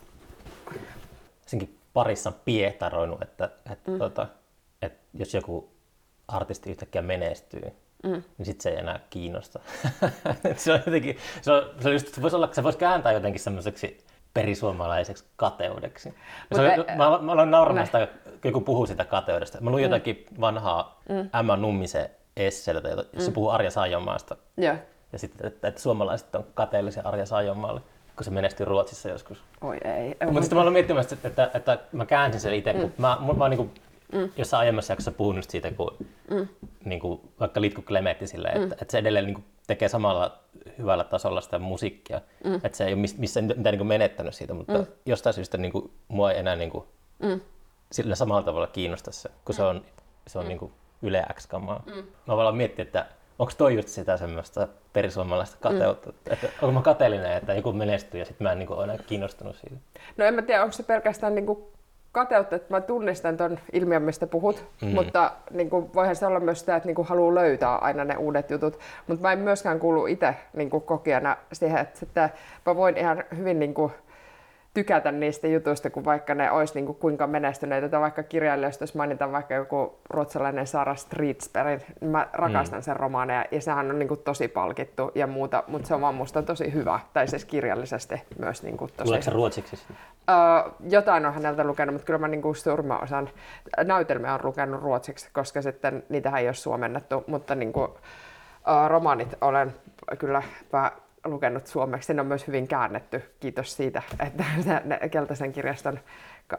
Senkin parissa on piehtaroinut, että, että, mm. tota, että jos joku artisti yhtäkkiä menestyy, mm. niin sit se ei enää kiinnosta. se on jotenkin, se, on, se, on just, se voisi olla, se voisi kääntää jotenkin semmoiseksi perisuomalaiseksi kateudeksi. Se, e- mä, mä aloin nauramaan sitä, kun joku puhuu sitä kateudesta. Mä luin mm. jotakin vanhaa mm. Emma Nummisen esseitä, jossa mm. se puhuu Arja Saijonmaasta. Yeah. Ja sitten, että, että suomalaiset on kateellisia Arja Saijonmaalle, kun se menestyi Ruotsissa joskus. Oi ei. Mutta sitten mä aloin miettimään, että, että, että mä käänsin sen itse, mm. kun mä, mä, mä niin kuin, Mm. jossain aiemmassa jaksossa puhunut siitä, kun mm. niin kuin, vaikka Litku Klemetti silleen, mm. että, että se edelleen niin kuin, tekee samalla hyvällä tasolla sitä musiikkia. Mm. Että se ei ole missään mitään niin kuin menettänyt siitä, mutta mm. jostain syystä niin kuin, mua ei enää niin kuin, mm. sillä samalla tavalla kiinnosta se, kun se on, se on mm. niin kuin Yle X-kamaa. Mm. Mä vaan miettiä, että onko toi just sitä semmoista perisuomalaista kateutta, mm. että onko mä kateellinen, että joku menestyy ja sitten mä en niin kuin, ole enää kiinnostunut siitä. No en mä tiedä, onko se pelkästään niin kuin kateutta, että mä tunnistan ton ilmiön, mistä puhut, mm. mutta niin kuin, voihan se olla myös sitä, että niin kuin, haluaa löytää aina ne uudet jutut, mutta mä en myöskään kuulu itse niin kuin, kokijana siihen, että, että mä voin ihan hyvin niin kuin, tykätä niistä jutuista, kun vaikka ne olisi niin kuin, kuinka menestyneitä, tai vaikka kirjailijoista, jos mainitaan vaikka joku ruotsalainen Sara Stridsberg, niin mä rakastan mm. sen romaaneja, ja sehän on niin kuin, tosi palkittu ja muuta, mutta se on vaan musta tosi hyvä, tai siis kirjallisesti myös niin kuin, tosi Luuletko sä ruotsiksi? Uh, jotain on häneltä lukenut, mutta kyllä mä niin kuin suurimman osan näytelmiä on lukenut ruotsiksi, koska sitten niitähän ei ole suomennettu, mutta niin kuin, uh, romaanit olen kyllä lukenut suomeksi. Ne on myös hyvin käännetty, kiitos siitä, että ne Keltaisen kirjaston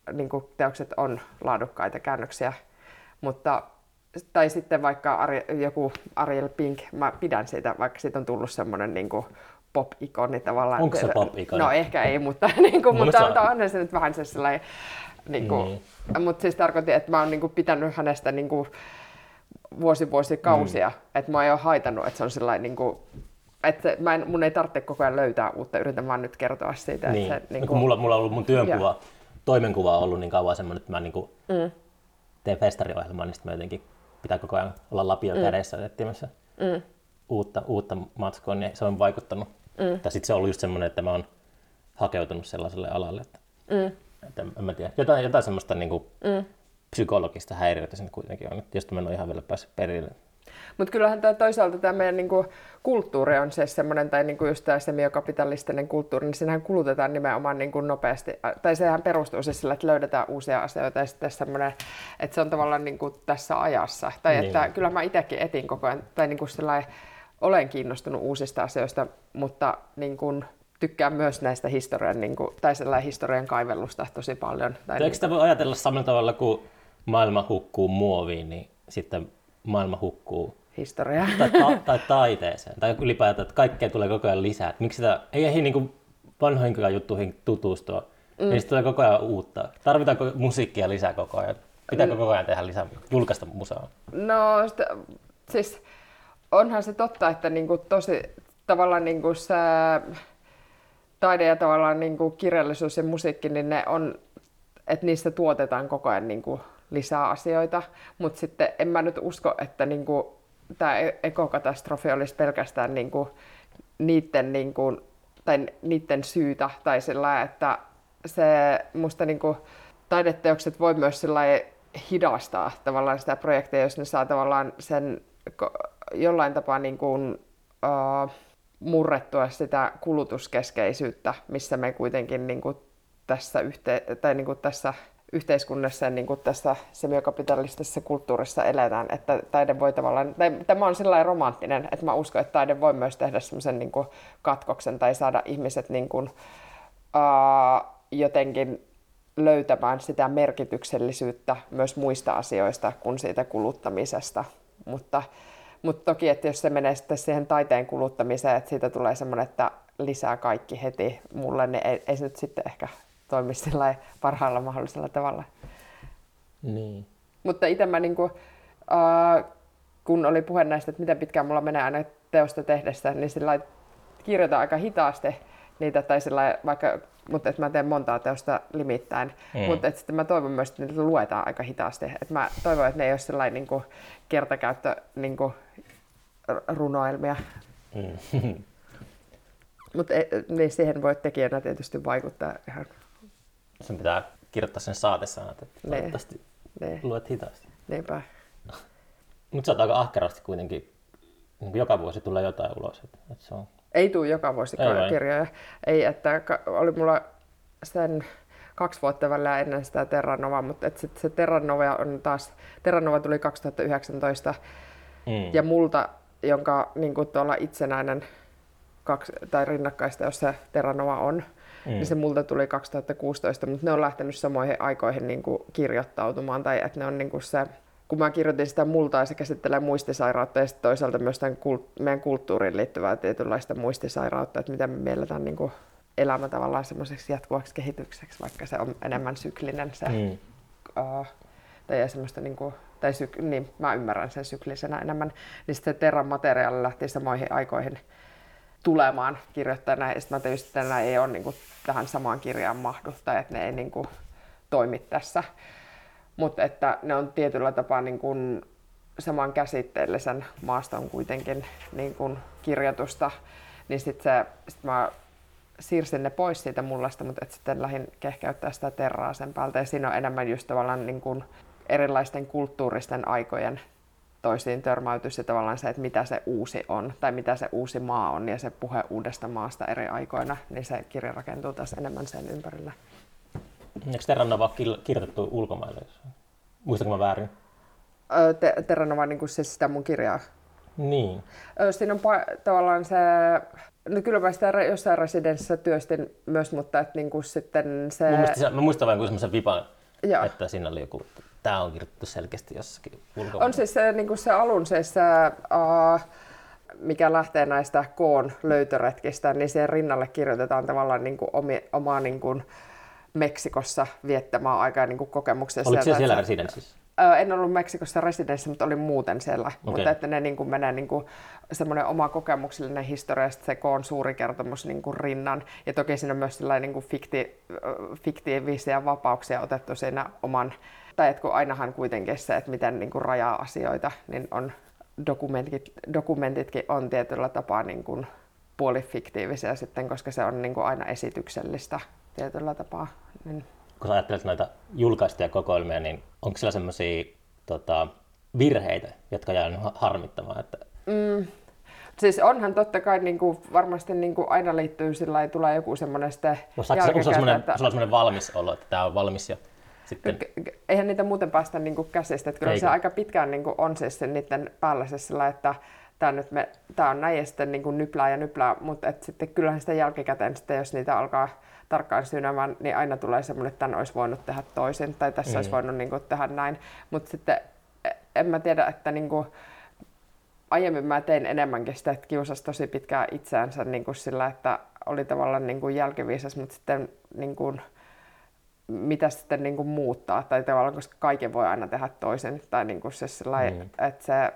niin kuin teokset on laadukkaita käännöksiä, mutta tai sitten vaikka Ari, joku Ariel Pink, mä pidän siitä, vaikka siitä on tullut semmoinen niin kuin pop-ikoni tavallaan. Onko se pop-ikoni? No ehkä ei, mutta, niin kuin, mutta on... on se nyt vähän se sellainen, niin kuin, mm. mutta siis tarkoitin, että mä oon niin kuin pitänyt hänestä niin kuin vuosi vuosikausia, mm. että mä en ole haitannut, että se on sellainen, niin kuin, että mä en, mun ei tarvitse koko ajan löytää uutta, yritän vaan nyt kertoa siitä. Niin. Että se, niin kuin... kuin... mulla, mulla on ollut mun työnkuva, ja. toimenkuva on ollut niin kauan semmoinen, että mä niin kuin mm. teen festariohjelmaa, niin sitten mä jotenkin pitää koko ajan olla lapio mm. kädessä etsimässä mm. uutta, uutta matskoa, niin se on vaikuttanut. Mm. Tai sitten se on ollut just semmoinen, että mä oon hakeutunut sellaiselle alalle, että, mm. että en mä tiedä, jotain, jotain semmoista niin kuin mm. psykologista häiriötä sinne kuitenkin on, josta mä en ole ihan vielä päässyt perille. Mutta kyllähän tämä toisaalta tämä meidän niinku kulttuuri on se semmoinen, tai niinku just tämä semiokapitalistinen kulttuuri, niin siinähän kulutetaan nimenomaan niinku nopeasti, tai sehän perustuu siis sillä, että löydetään uusia asioita, ja sitten semmoinen, että se on tavallaan niinku tässä ajassa. Tai niin. Että kyllä mä itsekin etin koko ajan, tai niinku sellainen, olen kiinnostunut uusista asioista, mutta niinku tykkään myös näistä historian, niinku, tai sellainen historian kaivellusta tosi paljon. Tai eikö niinku... sitä voi ajatella samalla tavalla, kun maailma hukkuu muoviin, niin sitten maailma hukkuu historiaa. Tai, ta- tai taiteeseen, tai ylipäätään, että kaikkea tulee koko ajan lisää. Miksi sitä ei ehdi niin vanhoinkaan juttuihin tutustua, mm. niin sitten tulee koko ajan uutta. Tarvitaanko musiikkia lisää koko ajan? Pitääkö koko ajan tehdä lisää, julkaista musaa? No sitä, siis onhan se totta, että niinku tosi tavallaan niinku se taide ja tavallaan niinku kirjallisuus ja musiikki, niin ne on, että niistä tuotetaan koko ajan niinku lisää asioita, mutta sitten en mä nyt usko, että niinku tämä ekokatastrofi olisi pelkästään niinku niiden, niinku, tai niiden syytä, tai sillä, että se musta niinku taideteokset voi myös hidastaa tavallaan sitä projektia, jos ne saa tavallaan sen jollain tapaa niinku, uh, murrettua sitä kulutuskeskeisyyttä, missä me kuitenkin niinku tässä, yhte- tai niinku tässä yhteiskunnassa ja niin kuin tässä semiokapitalistisessa kulttuurissa eletään, että taide voi tavallaan, tai tämä on sellainen romanttinen, että mä uskon, että taide voi myös tehdä semmoisen niin kuin katkoksen tai saada ihmiset niin kuin, uh, jotenkin löytämään sitä merkityksellisyyttä myös muista asioista kuin siitä kuluttamisesta. Mutta, mutta toki, että jos se menee sitten siihen taiteen kuluttamiseen, että siitä tulee semmoinen, että lisää kaikki heti mulle, niin ei, ei se nyt sitten ehkä toimisi parhaalla mahdollisella tavalla. Niin. Mutta itse mä, niin kuin, äh, kun oli puhe näistä, että miten pitkään mulla menee aina teosta tehdessä, niin sillä kirjoitan aika hitaasti niitä, tai sillä vaikka, mutta että mä teen montaa teosta limittäin. Mm. Mutta että sitten mä toivon myös, että niitä luetaan aika hitaasti. Että mä toivon, että ne ei ole sellainen niin kuin kertakäyttö niin kuin runoilmia. Mm. Mutta niin siihen voi tekijänä tietysti vaikuttaa ihan. Sen pitää kirjoittaa sen saatesanat, että ne. Toivottavasti ne. Luet hitaasti. Niinpä. Mutta sä oot aika ahkerasti kuitenkin, niin joka vuosi tulee jotain ulos. Että, että se on... Ei tule joka vuosi ei kirjoja. Ei, että oli mulla sen kaksi vuotta välillä ennen sitä Terra Novaa, mutta että sit se Terra Nova on taas, Terra Nova tuli kaksituhattayhdeksäntoista mm. ja multa, jonka niin kuin tuolla itsenäinen kaksi, tai rinnakkaista, jos se Terra Nova on, mm. niin se multa tuli kaksituhattakuusitoista, mutta ne on lähtenyt samoihin aikoihin niin kuin kirjoittautumaan, tai että ne on niin kuin se, kun mä kirjoitin sitä multaa, se käsittelee muistisairautta ja sitten toisaalta myös tämän kult- meidän kulttuuriin liittyvää tietynlaista muistisairautta, että miten me mielletään niin kuin elämä tavallaan semmoiseksi jatkuvaksi kehitykseksi, vaikka se on enemmän syklinen se, mm. uh, tai semmoista niin kuin, tai syk- niin, mä ymmärrän sen syklisenä enemmän, niin sitten Terran materiaali lähti samoihin aikoihin tulemaan kirjoittajana, ja sitten mä tein, että nämä ei ole niin kuin tähän samaan kirjaan mahdu, tai että ne ei niin kuin toimi tässä. Mutta että ne on tietyllä tapaa niin kuin saman käsitteellisen maaston kuitenkin niin kuin kirjoitusta, niin sitten sit mä siirsin ne pois siitä mullasta, mutta et sitten lähdin kehkeyttää sitä Terraa sen päältä, ja siinä on enemmän just tavallaan niin kuin erilaisten kulttuuristen aikojen toisiin törmäytys ja tavallaan se, että mitä se uusi on, tai mitä se uusi maa on, ja se puhe uudesta maasta eri aikoina, niin se kirja rakentuu taas enemmän sen ympärillä. Eikö Terra Nova kirjoitettu ulkomaille? Muistatko mä väärin? Te- Terra Nova, niin kuin siis sitä mun kirjaa. Niin. Siinä on pa- tavallaan se, no kyllä mä sitä jossain residenssissä työstin myös, mutta että niin kuin sitten se... Mä muistan, mä muistan vain semmoisen vipan, Joo. Että siinä oli joku, tämä on kirjoitettu selkeästi jossakin ulkomailla. On siis se, niin kuin se alun se, se uh, mikä lähtee näistä koon löytöretkistä, niin siihen rinnalle kirjoitetaan tavallaan niin kuin omi, omaa niin kuin Meksikossa viettämään aikaa niin kuin kokemuksia. Oliko sieltä, se siellä että, residenssissä? En ollut Meksikossa residenssissä, mutta olin muuten siellä. Okay. Mutta että ne niin kuin menee niin kuin semmoinen oma kokemuksellinen historia ja se koon suuri kertomus niin kuin rinnan. Ja toki siinä on myös niin kuin fikti, fiktiivisiä vapauksia otettu siinä oman, tai että kun ainahan kuitenkin se, että miten niin kuin rajaa asioita, niin on dokumentit, dokumentitkin on tietyllä tapaa niin kuin puolifiktiivisiä sitten, koska se on niin kuin aina esityksellistä tietyllä tapaa. Niin. Kun sä ajattelet noita julkaistuja kokoelmia, niin onko siellä semmoisia tota, virheitä, jotka jää harmittamaan? Että... Mm. Siis onhan totta kai niin kuin, varmasti niin kuin aina liittyy sillä ei tule joku semmoinen sitten jälkikäteen, että... Sulla on semmoinen valmis olo, että tämä on valmis ja sitten... Eihän niitä muuten päästä niin kuin käsistä. Että kyllä Eikö? Se aika pitkään niin kuin on siis niiden päällä se sillä, että tämä, nyt me, tämä on näin ja sitten niin kuin nyplää ja nyplää, mutta et sitten kyllähän sitä jälkikäteen, sitten, jos niitä alkaa tarkkaan synämään, niin aina tulee semmoinen, että tämän olisi voinut tehdä toisin tai tässä mm. olisi voinut niin kuin, tehdä näin. Mutta sitten en mä tiedä, että niin kuin, aiemmin mä tein enemmänkin sitä, että kiusasi tosi pitkään itseänsä niin kuin sillä, että oli tavallaan niin kuin jälkiviisas, mutta sitten niin kuin, mitä sitten niin kuin muuttaa, tai tavallaan, koska kaiken voi aina tehdä toisen, tai niin kuin se sellainen, mm. että se,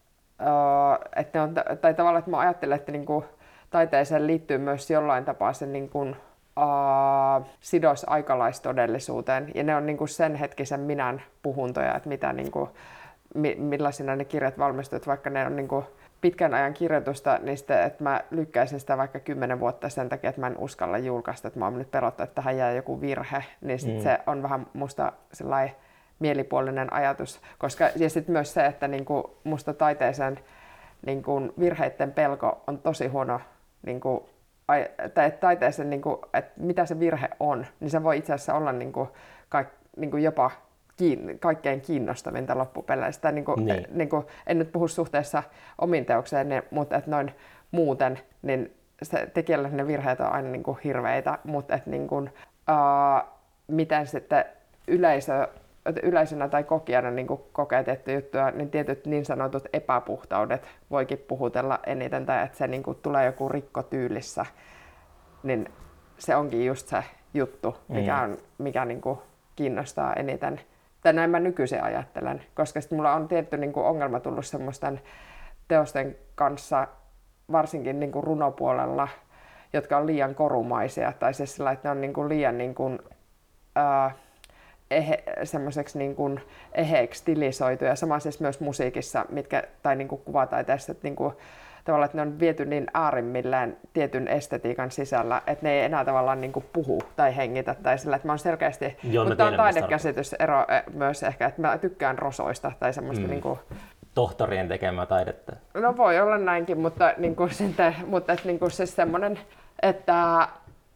uh, että on, tai tavallaan, että mä ajattelen, että niin kuin taiteeseen liittyy myös jollain tapaa se niin kuin, uh, sidos aikalaistodellisuuteen, ja ne on niin kuin sen hetkisen minän puhuntoja, että mitä niin kuin, mi, millaisina ne kirjat valmistuvat, vaikka ne on niin kuin pitkän ajan kirjoitusta, niin sitten, että mä lykkäisin sitä vaikka kymmenen vuotta sen takia, että mä en uskalla julkaista, että mä oon nyt pelottaa, että tähän jää joku virhe, niin sit mm. se on vähän musta sellainen mielipuolinen ajatus. Koska, ja sitten myös se, että niinku musta taiteeseen niinku virheiden pelko on tosi huono, niinku, tai että taiteeseen, niinku, että mitä se virhe on, niin se voi itse asiassa olla niinku, kaik, niinku jopa Kiin, kaikkein kiinnostavinta loppupeleistä. Niin kuin, niin. Niin kuin, en nyt puhu suhteessa omiin teokseen, niin, mutta et noin muuten, niin se, tekijälle ne virheet on aina niin kuin hirveitä, mutta et niin kuin, uh, miten sitten yleisö, yleisönä tai kokijana niin kuin kokee tiettyjä juttuja, niin tietyt niin sanotut epäpuhtaudet voikin puhutella eniten, tai että se niin kuin tulee joku rikko tyylissä, niin se onkin just se juttu, mikä, on, mikä niin kuin kiinnostaa eniten. Tai näin mä nykyisin ajattelen, koska sit mulla on tietty niin kuin ongelma tullut semmoisten teosten kanssa, varsinkin niin kuin runopuolella, jotka on liian korumaisia, tai siis sillä, että ne on niin kuin liian niin kuin, äh, ehe, semmoiseksi niin kuin eheeksi stilisoituja. Sama siis myös musiikissa, mitkä, tai niin kuin kuvataiteessa, että niin kuin, tavallaan, että ne on viety niin äärimmillään tietyn estetiikan sisällä, että ne ei enää tavallaan niin kuin puhu tai hengitä tai sillä, että mä oon selkeästi, Joo, mutta tämä on taidekäsitysero myös ehkä, että mä tykkään rosoista tai semmoista mm. niin kuin, tohtorien tekemää taidetta. No voi olla näinkin, mutta, niin kuin, sitten, mutta että, niin kuin se semmoinen, että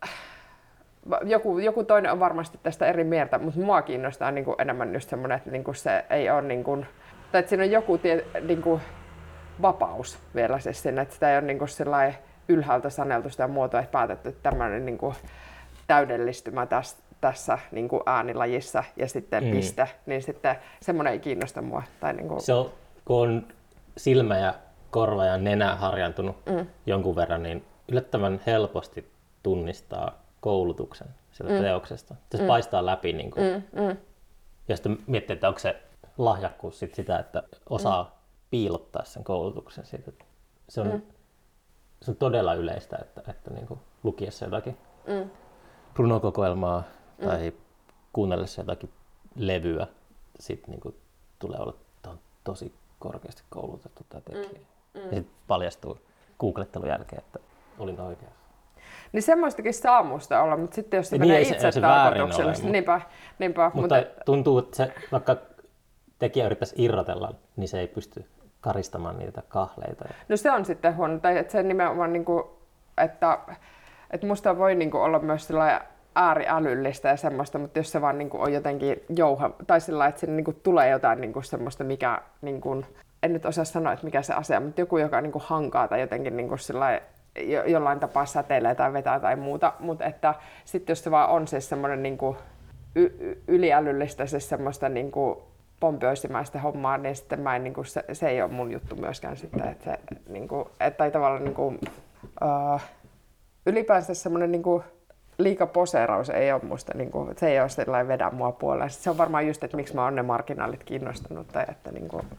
joku, joku toinen on varmasti tästä eri mieltä, mutta mua kiinnostaa niin kuin enemmän just semmoinen, että niin kuin se ei ole niin kuin, tai että siinä on joku tie, niin kuin, vapaus vielä siis sinne, että sitä ei ole niin kuin ylhäältä saneltu sitä muotoa, että päätetty, että tämmöinen niin kuin täydellistymä tässä, tässä niin kuin äänilajissa ja sitten mm. piste, niin sitten semmoinen ei kiinnosta mua. Tai niin kuin... Se on, kun on silmä ja korva ja nenä harjaantunut mm. jonkun verran, niin yllättävän helposti tunnistaa koulutuksen sieltä mm. teoksesta. Se mm. paistaa läpi. Niin kuin. Mm. Mm. Ja sitten miettii, että onko se lahjakkuus sit sitä, että osaa mm. piilottaa sen koulutuksen siitä. Se on, mm. se on todella yleistä, että, että niin kuin lukiessa jotakin mm. runokokoelmaa mm. tai kuunnellessa jotakin levyä, sitten niin kuin tulee olla, että on tosi korkeasti koulutettu tämä tekijä. Mm. Mm. Ja sitten paljastuu googlettelun jälkeen, että olin oikeassa. Niin semmoistakin saa musta olla, mutta sitten jos se menee niin, itse tarkoituksellisesti, niinpä, niinpä. Mutta, mutta tuntuu, että se, vaikka tekijä yrittäisi irrotella, niin se ei pysty karistamaan niitä kahleita. No se on sitten huono, tai että se nimenomaan, niin kuin, että, että musta voi niin kuin olla myös sellainen ääriälyllistä ja semmoista, mutta jos se vaan niin kuin on jotenkin jouha, tai sellainen, että sinne niin kuin tulee jotain niin kuin semmoista, mikä, niin kuin, en nyt osaa sanoa, että mikä se asia, mutta joku, joka niin kuin hankaa tai jotenkin niin kuin sellainen, jo, jollain tapaa säteilee tai vetää tai muuta, mutta että sitten jos se vaan on siis semmoinen niin kuin y- yliälyllistä, siis semmoista niin kuin pompöisimäistä hommaa, niin sitten mä en, niin kuin, se, se ei ole mun juttu myöskään sitten, että se, niin kuin, että, tai tavallaan niin kuin, uh, ylipäänsä semmoinen niin kuin liika poseeraus ei ole musta, niin kuin, se ei ole sellainen vedä mua puolella. Se on varmaan just, että miksi mä oon ne marginaalit kiinnostanut. Tai että, niin kuin...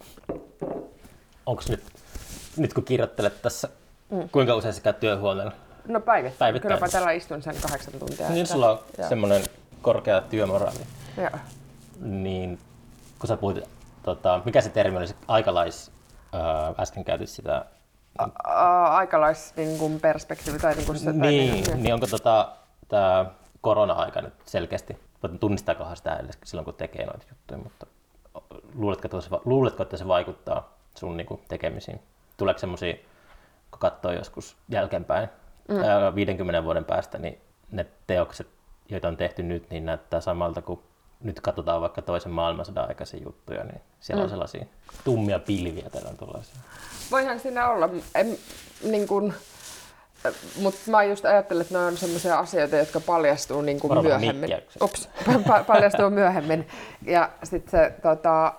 Onko nyt, nyt kun kirjoittelet tässä, mm. kuinka usein sä käyt työhuoneella? No päivittäin. päivittäin. Kyllä mä täällä istun sen kahdeksan tuntia. Niin sulla on joo. semmoinen korkea työmoraali. Joo. Niin kun sä puhuit, tota, mikä se termi oli, se aikalais, ää, äsken käytit sitä... A- a- aikalais niin kuin perspektiivi tai niin kuin se... Niin, tai niin, niin onko tota, tämä korona-aika nyt selkeästi, tunnistaakohan sitä edes silloin kun tekee noita juttuja, mutta luuletko, että se, luuletko, että se vaikuttaa sun niin kuin, tekemisiin? Tuleeko semmoisia, kun katsoo joskus jälkeenpäin, mm. ää, viidenkymmenen vuoden päästä, niin ne teokset, joita on tehty nyt, niin näyttää samalta kuin nyt katsotaan vaikka toisen maailmansodan aikaisia juttuja, niin siellä mm. on sellaisia tummia pilviä tällä tuollaisia. Voihan siinä olla, en, niin kuin, mutta mä just ajattelen, että ne on sellaisia asioita, jotka paljastuu niin kuin myöhemmin. Ups, paljastuu myöhemmin. Ja sitten se, tota,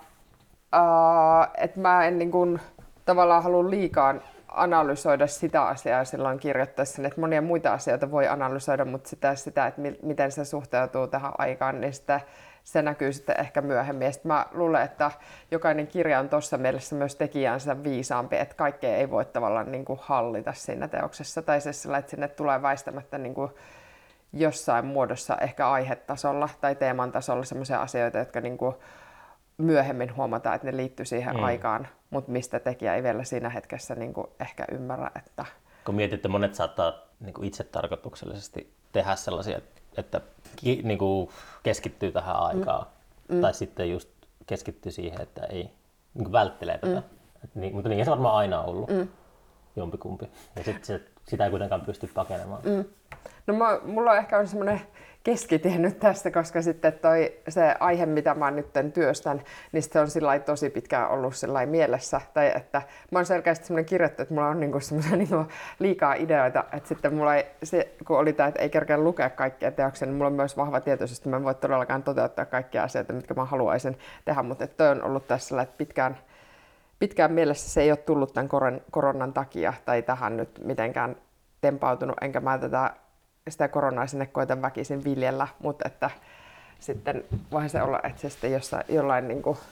uh, että mä en niin kuin, tavallaan halua liikaa analysoida sitä asiaa silloin kirjoittaessa, että monia muita asioita voi analysoida, mutta sitä, sitä että mi- miten se suhteutuu tähän aikaan, niin sitä, se näkyy sitten ehkä myöhemmin. Ja sitten mä luulen, että jokainen kirja on tuossa mielessä myös tekijänsä viisaampi, että kaikkea ei voi tavallaan niin kuin hallita siinä teoksessa. Tai se sillä, että sinne tulee väistämättä niin kuin jossain muodossa ehkä aihetasolla tai teeman tasolla sellaisia asioita, jotka niin kuin myöhemmin huomataan, että ne liittyy siihen mm. aikaan, mutta mistä tekijä ei vielä siinä hetkessä niin kuin ehkä ymmärrä. Että... Kun mietit, että monet saattaa niin kuin itse tarkoituksellisesti tehdä sellaisia, että ki, niin kuin keskittyy tähän aikaan, mm. tai sitten just keskittyy siihen, että ei niin kuin välttelee tätä. Mm. Niin, mutta niin se varmaan aina on ollut, mm. jompikumpi. Ja sitten se, sitä ei kuitenkaan pysty pakenemaan. Mm. No mä, mulla on ehkä on semmoinen keskitie nyt tästä, koska sitten toi, se aihe, mitä mä nyt työstän, niin se on sillai tosi pitkään ollut sillai mielessä. Tai että mä oon selkeästi semmoinen kirjoittaja, että mulla on niinku semmoisia niinku liikaa ideoita. Että sitten mulla ei, se, kun oli tämä, että ei kerkeä lukea kaikkia teoksia, niin mulla on myös vahva tietoisuus, että mä en voi todellakaan toteuttaa kaikkia asioita, mitkä mä haluaisin tehdä. Mutta toi on ollut tässä, että pitkään, pitkään mielessä se ei ole tullut tämän koronan takia tai tähän nyt mitenkään tempautunut, enkä mä tätä sitä koronaa sinne koitan väkisin viljellä, mutta että sitten voihan se olla, että se sitten jossain, jollain niin kuin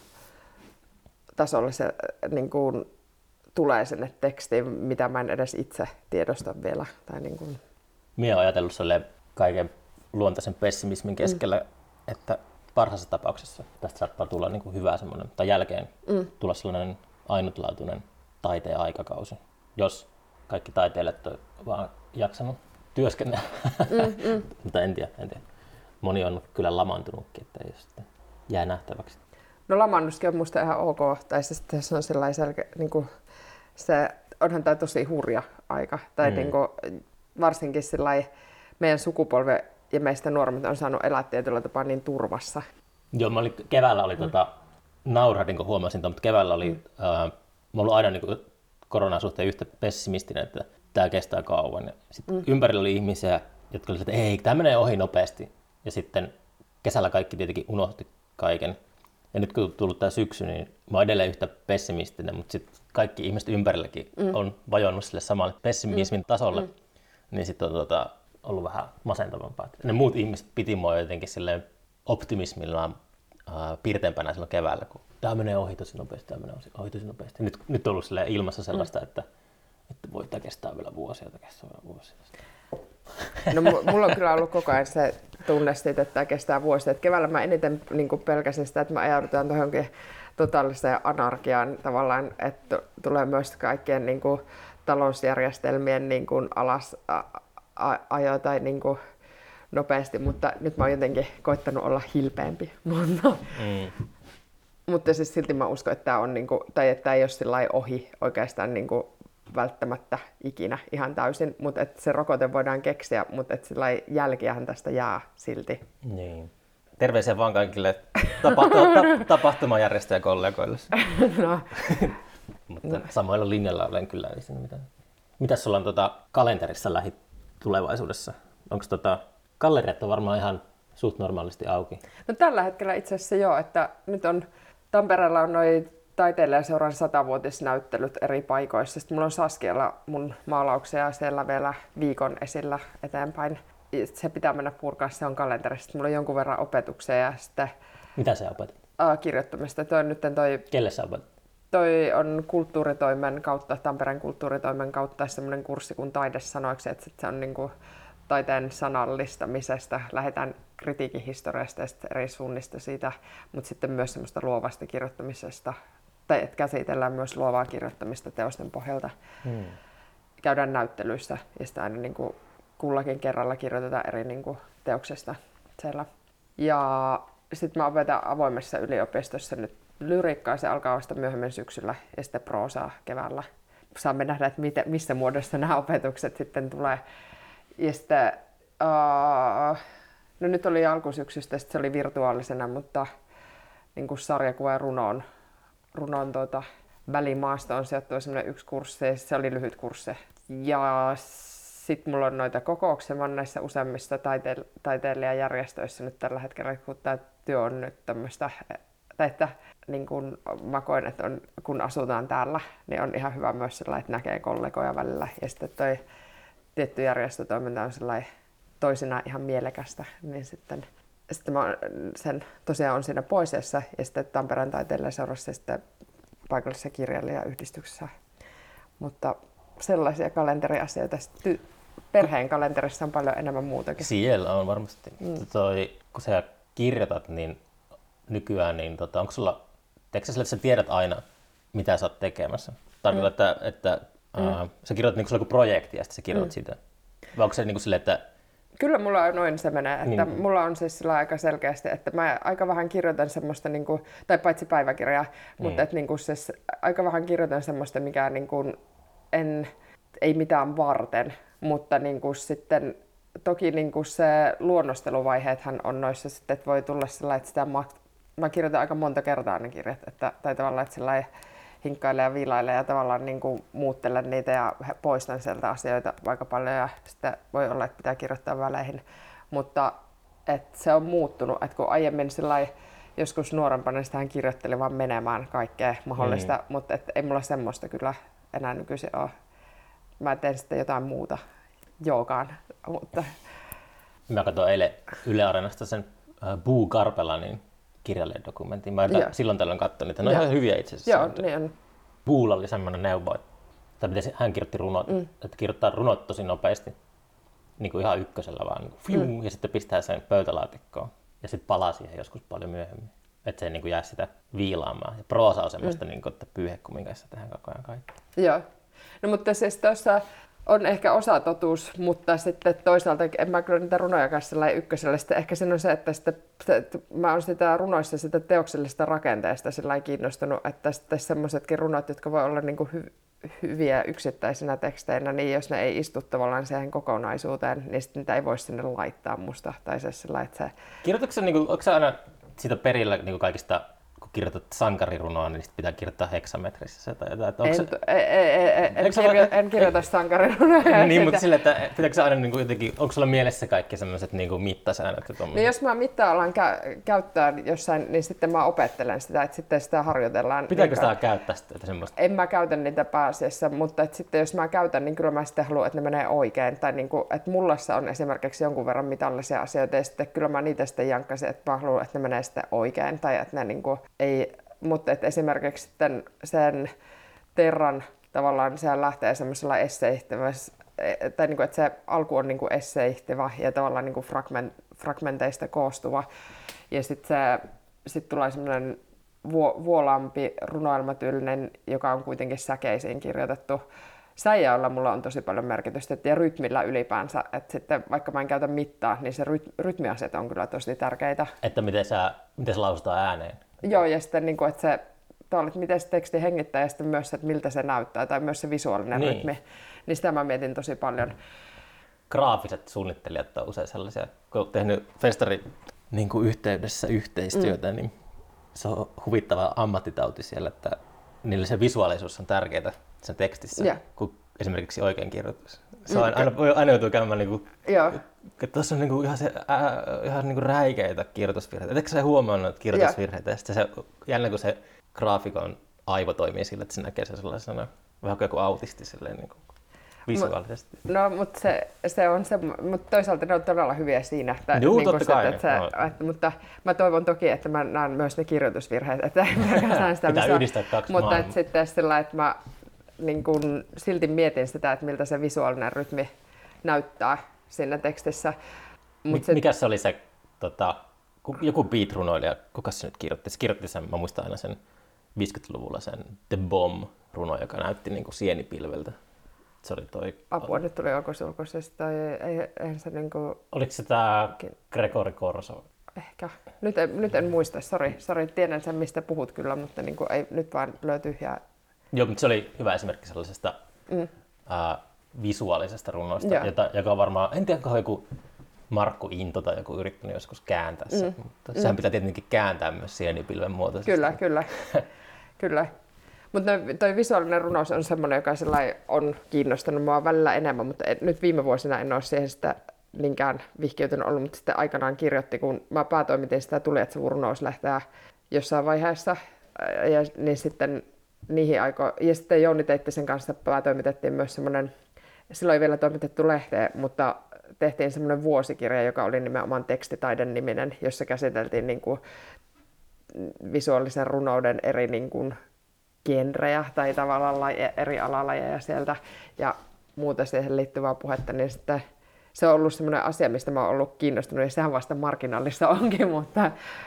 tasolla se niin kuin tulee sinne tekstiin, mitä mä en edes itse tiedosta vielä. Tai niin kuin... Minä olen ajatellut kaiken luontaisen pessimismin keskellä, mm. että parhaassa tapauksessa tästä saattaa tulla niin kuin hyvä semmoinen, tai jälkeen mm. tulla sellainen ainutlaatuinen taiteen aikakausi, jos kaikki taiteilijat on vaan jaksanut työskennellä, mm, mm. mutta en tiedä, en tiedä. Moni on kyllä lamaantunutkin, että ei sitten jää nähtäväksi. No lamannuskin on musta ihan ok, tai se, se on sellainen selkeä, niin kuin, se onhan tämä tosi hurja aika, tai mm. niin kuin, varsinkin sellainen meidän sukupolve ja meistä nuoremmat on saanut elää tietyllä tapaa niin turvassa. Joo, mä olin, keväällä oli, mm. tota, naurahdin kun huomasin, mutta keväällä oli, mm. äh, mä ollut aina niin kuin, koronan suhteen yhtä pessimistinen, että tämä kestää kauan. Sitten mm. ympärillä oli ihmisiä, jotka olivat, että ei, tämä menee ohi nopeasti. Ja sitten kesällä kaikki tietenkin unohti kaiken. Ja nyt kun on tullut tämä syksy, niin mä oon edelleen yhtä pessimistinen, mutta sitten kaikki ihmiset ympärilläkin mm. on vajonnut sille samalle pessimismin mm. tasolle. Mm. Niin sitten on tuota, ollut vähän masentavampaa. Ne muut ihmiset piti mua jotenkin silleen optimismillaan äh, piirteempänä silloin keväällä, kun tämä menee ohi tosi nopeasti, tämä menee ohi tosi nopeasti. Nyt, nyt on ollut ilmassa sellaista, mm. että että voi tämä kestää vielä vuosia, tämä kestää vielä vuosia. No mulla on kyllä ollut koko ajan se tunne siitä, että tämä kestää vuosia. Että keväällä mä eniten niin kuin pelkäsin sitä, että me ajaudutaan tuohonkin totaaliseen anarkiaan tavallaan, että tulee myös kaikkien niin kuin, talousjärjestelmien niin kuin, alas a, a, ajo tai niin kuin, nopeasti, mutta nyt mä oon jotenkin koittanut olla hilpeämpi. Mutta, mm. mutta siis silti mä uskon, että tämä on, niin kuin, tai että tämä ei ole sillai ohi oikeastaan niin kuin, välttämättä ikinä ihan täysin, mutta et se rokote voidaan keksiä, mutta et jälkiähän tästä jää silti. Niin. Terveisiä vaan kaikille tapa- ta- tapahtumajärjestäjäkollegoille. No. Mutta no. Samoilla linjalla olen kyllä. Ei siinä mitään. Mitäs sulla on tota kalenterissa lähitulevaisuudessa? Onko tota, galleriat on varmaan ihan suht normaalisti auki? No tällä hetkellä itse asiassa joo, että nyt on Tampereella on noin taiteilijaseuran satavuotisnäyttelyt eri paikoissa. Sitten mulla on Saskialla mun maalauksia siellä vielä viikon esillä eteenpäin. Se pitää mennä purkaa, se on kalenterissa. Sitten mulla on jonkun verran opetuksia ja sitten... Mitä sä opetat? Aa, kirjoittamista. Toi, nyt toi, Kelle sä opetat? Toi on kulttuuritoimen kautta, Tampereen kulttuuritoimen kautta semmoinen kurssi kuin taidesanoiksi, että sit se on niinku taiteen sanallistamisesta, lähdetään kritiikin historiasta ja eri suunnista siitä, mutta sitten myös semmoista luovasta kirjoittamisesta, tai että käsitellään myös luovaa kirjoittamista teosten pohjalta. Hmm. Käydään näyttelyissä ja sitten aina niinku kullakin kerralla kirjoitetaan eri niinku teoksesta siellä. Ja sitten mä opetan avoimessa yliopistossa nyt lyriikkaa, se alkaa vasta myöhemmin syksyllä ja sitten proosaa keväällä. Saamme nähdä, että mitä, missä muodossa nämä opetukset sitten tulee. Ja sitten, uh, no nyt oli alkusyksystä, se oli virtuaalisena, mutta niin kuin sarjakuva ja runoon, runoon tuota, välimaasto on sijoittuva semmoinen yksi kurssi, se oli lyhyt kurssi. Ja sitten mulla on noita kokouksia, mä oon näissä useimmissa taite- taiteilijajärjestöissä nyt tällä hetkellä, kun tämä työ on nyt tämmöistä, tai että niin kun mä koen, että on, kun asutaan täällä, niin on ihan hyvä myös sellainen, että näkee kollegoja välillä. Ja sitten toi tietty järjestötoiminta on sellainen toisinaan ihan mielekästä, niin sitten, sitten mä sen tosiaan on siinä Poiseessa ja sitten Tampereen taiteilijaseurassa ja sitten paikallisessa kirjailijayhdistyksessä. Mutta sellaisia kalenteriasioita. Ty- perheen kalenterissa on paljon enemmän muutakin. Siellä on varmasti. Mm. Toi, kun sä kirjoitat, niin nykyään, niin tota, onko sulla, teekö sä sille, että sä tiedät aina, mitä sä oot tekemässä? Tarkoitan, mm. että, että mm. uh, sä kirjoitat niin kuin sulla projekti ja sitten sä kirjoitat mm. siitä. Vai onko se niin kuin sille, että... Kyllä mulla on noin se menee, että niin. mulla on siis sillä aika selkeästi, että mä aika vähän kirjoitan semmoista, niin kuin, tai paitsi päiväkirjaa, mm. mutta että niin kuin siis aika vähän kirjoitan semmoista, mikä niin kuin en, ei mitään varten, mutta niin kuin sitten toki niin kuin se luonnosteluvaiheethan on noissa sitten, että voi tulla sellainen, että sitä mä, mä kirjoitan aika monta kertaa ne kirjat, että, tai tavallaan, että sellainen hinkkailee ja viilailee ja tavallaan niin kuin muuttelen niitä ja poistan sieltä asioita aika paljon ja sitten voi olla, että pitää kirjoittaa väleihin, mutta että se on muuttunut, että kun aiemmin sellainen, joskus nuorempana sitähän kirjoittelin vaan menemään kaikkea mahdollista, mm. mutta et ei mulla semmoista kyllä enää nykyisin ole. Mä teen sitten jotain muuta joogaan. Mutta... Mä katsoin eilen Yle Areenasta sen äh, Buu Karpelanin kirjallinen dokumentin. Mä yeah. silloin tällöin katsoin niitä. Ne on yeah. ihan hyviä itse asiassa. Joo, niin on. Buulla oli semmoinen neuvo, että miten hän kirjoitti runot, mm. että kirjoittaa runot tosi nopeasti. Niin kuin ihan ykkösellä vaan. Niin kuin, mm. Ja sitten pistää sen pöytälaatikkoon. Ja sitten palaa siihen joskus paljon myöhemmin. Että se ei niin kuin jää sitä viilaamaan. Ja proosa on semmoista, mm. niin kuin, että pyyhekumin kanssa tehdään koko ajan kaikki. Joo. No mutta siis tuossa on ehkä osa totuus, mutta sitten toisaalta en mä kyllä niitä runoja kanssa ykkösellä. Sitten ehkä siinä on se, että, sitten, että mä oon sitä runoissa sitä teoksellisesta rakenteesta kiinnostunut, että sitten semmoisetkin runot, jotka voi olla niin kuin hy- hyviä yksittäisinä teksteinä, niin jos ne ei istu tavallaan siihen kokonaisuuteen, niin sitten niitä ei voi sinne laittaa musta. Tai se sellainen, että se... Kirjoitatko sä, niin kuin, onko sä aina siitä perillä niin kuin kaikista, kun kirjoitat sankarirunoa, niin sitten pitää kirjoittaa heksametrissä tai jotain. En, se... ei, ei, ei, en, kirjo, en kirjoita sankarirunoja. Niin, mutta sille, että pitääkö sä aina niin kuin jotenkin, onko sulla mielessä kaikki sellaiset niin kuin mittasäännöt? No jos mä mitta-alan kä- käyttää jossain, niin sitten mä opettelen sitä, että sitten sitä harjoitellaan. Pitääkö sitä käyttää sitä semmoista? En mä käytä niitä pääasiassa, mutta että sitten jos mä käytän, niin kyllä mä sitten haluan, että ne menee oikein. Tai niin kuin, että mullassa on esimerkiksi jonkun verran mitallisia asioita ja sitten kyllä mä niitä sitten jankkasin, että mä haluan, että ne menee sitten oikein. Tai että ne niin kuin ei, mutta että esimerkiksi sitten sen Terran tavallaan sehän lähtee semmoisella esseihtävällä, tai niin kuin, että se alku on niin kuin esseihtävä ja tavallaan niin kuin fragment, fragmenteista koostuva. Ja sitten se sit tulee semmoinen vuolampi runoilmatyylinen, joka on kuitenkin säkeisiin kirjoitettu. Säijällä mulla on tosi paljon merkitystä ja rytmillä ylipäänsä, että sitten vaikka mä en käytä mittaa, niin se ryt, rytmiasiat on kyllä tosi tärkeitä. Että miten, sä, miten se lausutaan ääneen? Joo, ja sitten niin kuin, että se, että miten se teksti hengittää ja sitten myös, että miltä se näyttää tai myös se visuaalinen niin. rytmi, niin sitä mä mietin tosi paljon. Graafiset suunnittelijat on usein sellaisia, kun olet tehnyt festari niin kuin yhteydessä yhteistyötä, mm. niin se on huvittava ammattitauti siellä, että niillä se visuaalisuus on tärkeää sen tekstissä. Yeah. Kun esimerkiksi oikein kirjoitus. Se on aina, voi aina joutua käymään, niinku, että tuossa on niinku ihan, se, ää, ihan niinku räikeitä kirjoitusvirheitä. Etkö sä huomannut että kirjoitusvirheitä? Ja sitten se, jännä kun se graafikon aivo toimii sillä, että se näkee se sellaisena vähän kuin joku autisti silleen, niin kuin visuaalisesti. Mut, no, mutta se, se on se, mutta toisaalta ne on todella hyviä siinä. Että, Juu, niin totta kai. Että se, no. että, mutta mä toivon toki, että mä näen myös ne kirjoitusvirheet. Että sitä, pitää yhdistää kaksi mutta maailmaa. Mutta sitten sillä, että mä niin kun, silti mietin sitä, että miltä se visuaalinen rytmi näyttää siinä tekstissä. Mik, se, mikä se oli se, tota, joku beat-runoilija, kuka se nyt kirjoitti? Se kirjoitti sen, mä muistan aina sen viisikymmentäluvulla sen The Bomb-runo, joka näytti niin kuin sienipilveltä. Se oli toi... Apua, nyt tuli alkusulkuisesta. Eihän se niinku... Oliko se tää Gregory Corso? Ehkä. Nyt en, nyt en muista, sori. Sori, tiedän sen, mistä puhut kyllä, mutta niinku ei, nyt vaan löytyy tyhjää. Joo, mutta se oli hyvä esimerkki sellaisesta mm. ää, visuaalisesta runosta, jota, joka on varmaan, en tiedä, onko joku Markku Into tai joku yrittänyt joskus kääntää se, mm. mutta sehän mm. pitää tietenkin kääntää myös sienipilven muotoisesti. Kyllä, kyllä. kyllä. Mutta toi visuaalinen runous on semmoinen, joka on kiinnostanut mua välillä enemmän, mutta et, nyt viime vuosina en ole siihen sitä niinkään vihkiytynyt ollut, mutta sitten aikanaan kirjoitti, kun mä päätoimitin sitä tuli, että se runous lähtee jossain vaiheessa, ja niin sitten niihin aikoihin, ja sitten Jouni Teittisen kanssa päätoimitettiin myös semmoinen, silloin ei vielä toimitettu lehteen, mutta tehtiin semmoinen vuosikirja, joka oli nimenomaan tekstitaiden niminen, jossa käsiteltiin niin kuin visuaalisen runouden eri niin kuin genrejä tai tavallaan eri alalajeja sieltä ja muuta siihen liittyvää puhetta, niin sitten se on ollut semmoinen asia, mistä mä oon ollut kiinnostunut, ja sehän vasta marginaalissa onkin, mutta...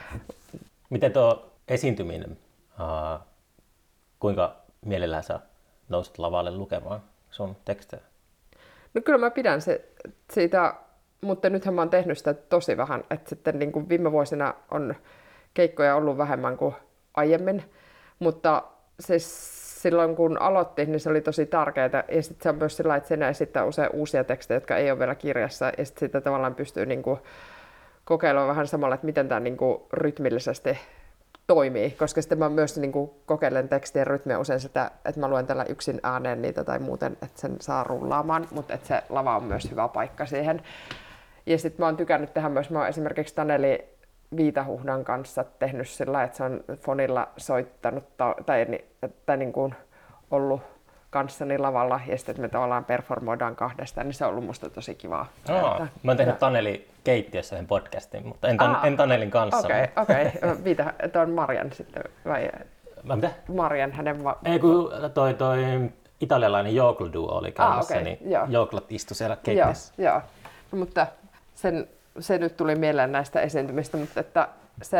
Miten tuo esiintyminen, uh, kuinka mielellään sä nouset lavalle lukemaan sun tekstejä? No kyllä mä pidän se, siitä, mutta nythän mä oon tehnyt sitä tosi vähän, että sitten niin kuin viime vuosina on keikkoja ollut vähemmän kuin aiemmin, mutta siis silloin kun aloitti, niin se oli tosi tärkeää, ja sitten se on myös sillä, että siinä esittää usein uusia tekstejä, jotka ei ole vielä kirjassa, ja sitten sitä tavallaan pystyy niin kuin kokeilemaan vähän samalla, että miten tämä niin kuin rytmillisesti toimii, koska sitten mä myös niin kuin kokeilen tekstien rytmiä usein sitä, että mä luen tällä yksin ääneen niitä tai muuten, että sen saa rullaamaan, mutta että se lava on myös hyvä paikka siihen. Ja sitten mä oon tykännyt tehdä myös, mä oon esimerkiksi Taneli Viitahuhdan kanssa tehnyt sillä, että se on fonilla soittanut tai, tai niin kuin ollut kanssani lavalla ja sitten me tavallaan performoidaan kahdestaan, niin se on ollut musta tosi kivaa. Aa, mä oon tehnyt ja... Taneli keittiössä yhden podcastin, mutta en, tan, en Tanelin kanssa. Okei, okay, okei. Okay. Viita, tuo on Marian sitten, vai? Mä mitä? Marian, hänen... Va... Ei, kun toi, toi italialainen Jookl-duo oli käymässä, ah, okay. Niin Jooklat istui siellä keittiössä. Joo, joo. No, mutta sen, se nyt tuli mieleen näistä esiintymistä, mutta että se,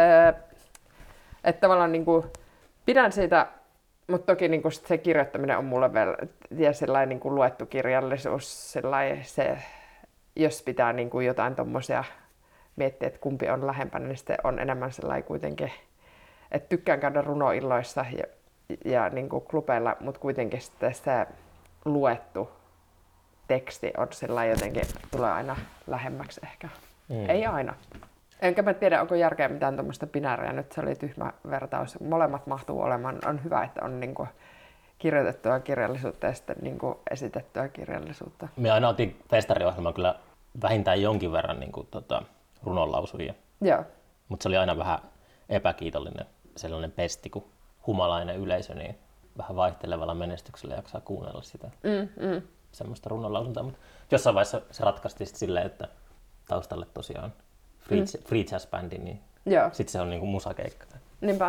että tavallaan niin kuin pidän siitä, mutta toki niin kuin se kirjoittaminen on mulle vielä, ja sellainen niin kuin luettu kirjallisuus, sellainen se, jos pitää niin kuin jotain tommosia miettiä, että kumpi on lähempänä, niin sitten on enemmän sellainen kuitenkin, että tykkään käydä runoilloissa ja, ja niin kuin klubeilla, mutta kuitenkin sitten se luettu teksti on sellainen jotenkin, tulee aina lähemmäksi ehkä. Mm. Ei aina. Enkä mä tiedä, onko järkeä mitään tuommoista binääriä. Nyt se oli tyhmä vertaus. Molemmat mahtuu olemaan. On hyvä, että on niinku kirjoitettua kirjallisuutta ja sitten niinku esitettyä kirjallisuutta. Me aina otin festariohjelmaan kyllä vähintään jonkin verran niinku tota, runonlausujia. Joo. Mutta se oli aina vähän epäkiitollinen sellainen pesti, kun humalainen yleisö niin vähän vaihtelevalla menestyksellä jaksaa kuunnella sitä mm, mm. semmoista runonlausuntaa. Mutta jossain vaiheessa se ratkaistiin silleen, että taustalle tosiaan free, mm. free jazz-bändi, niin sitten se on niinku musakeikka. Niinpä.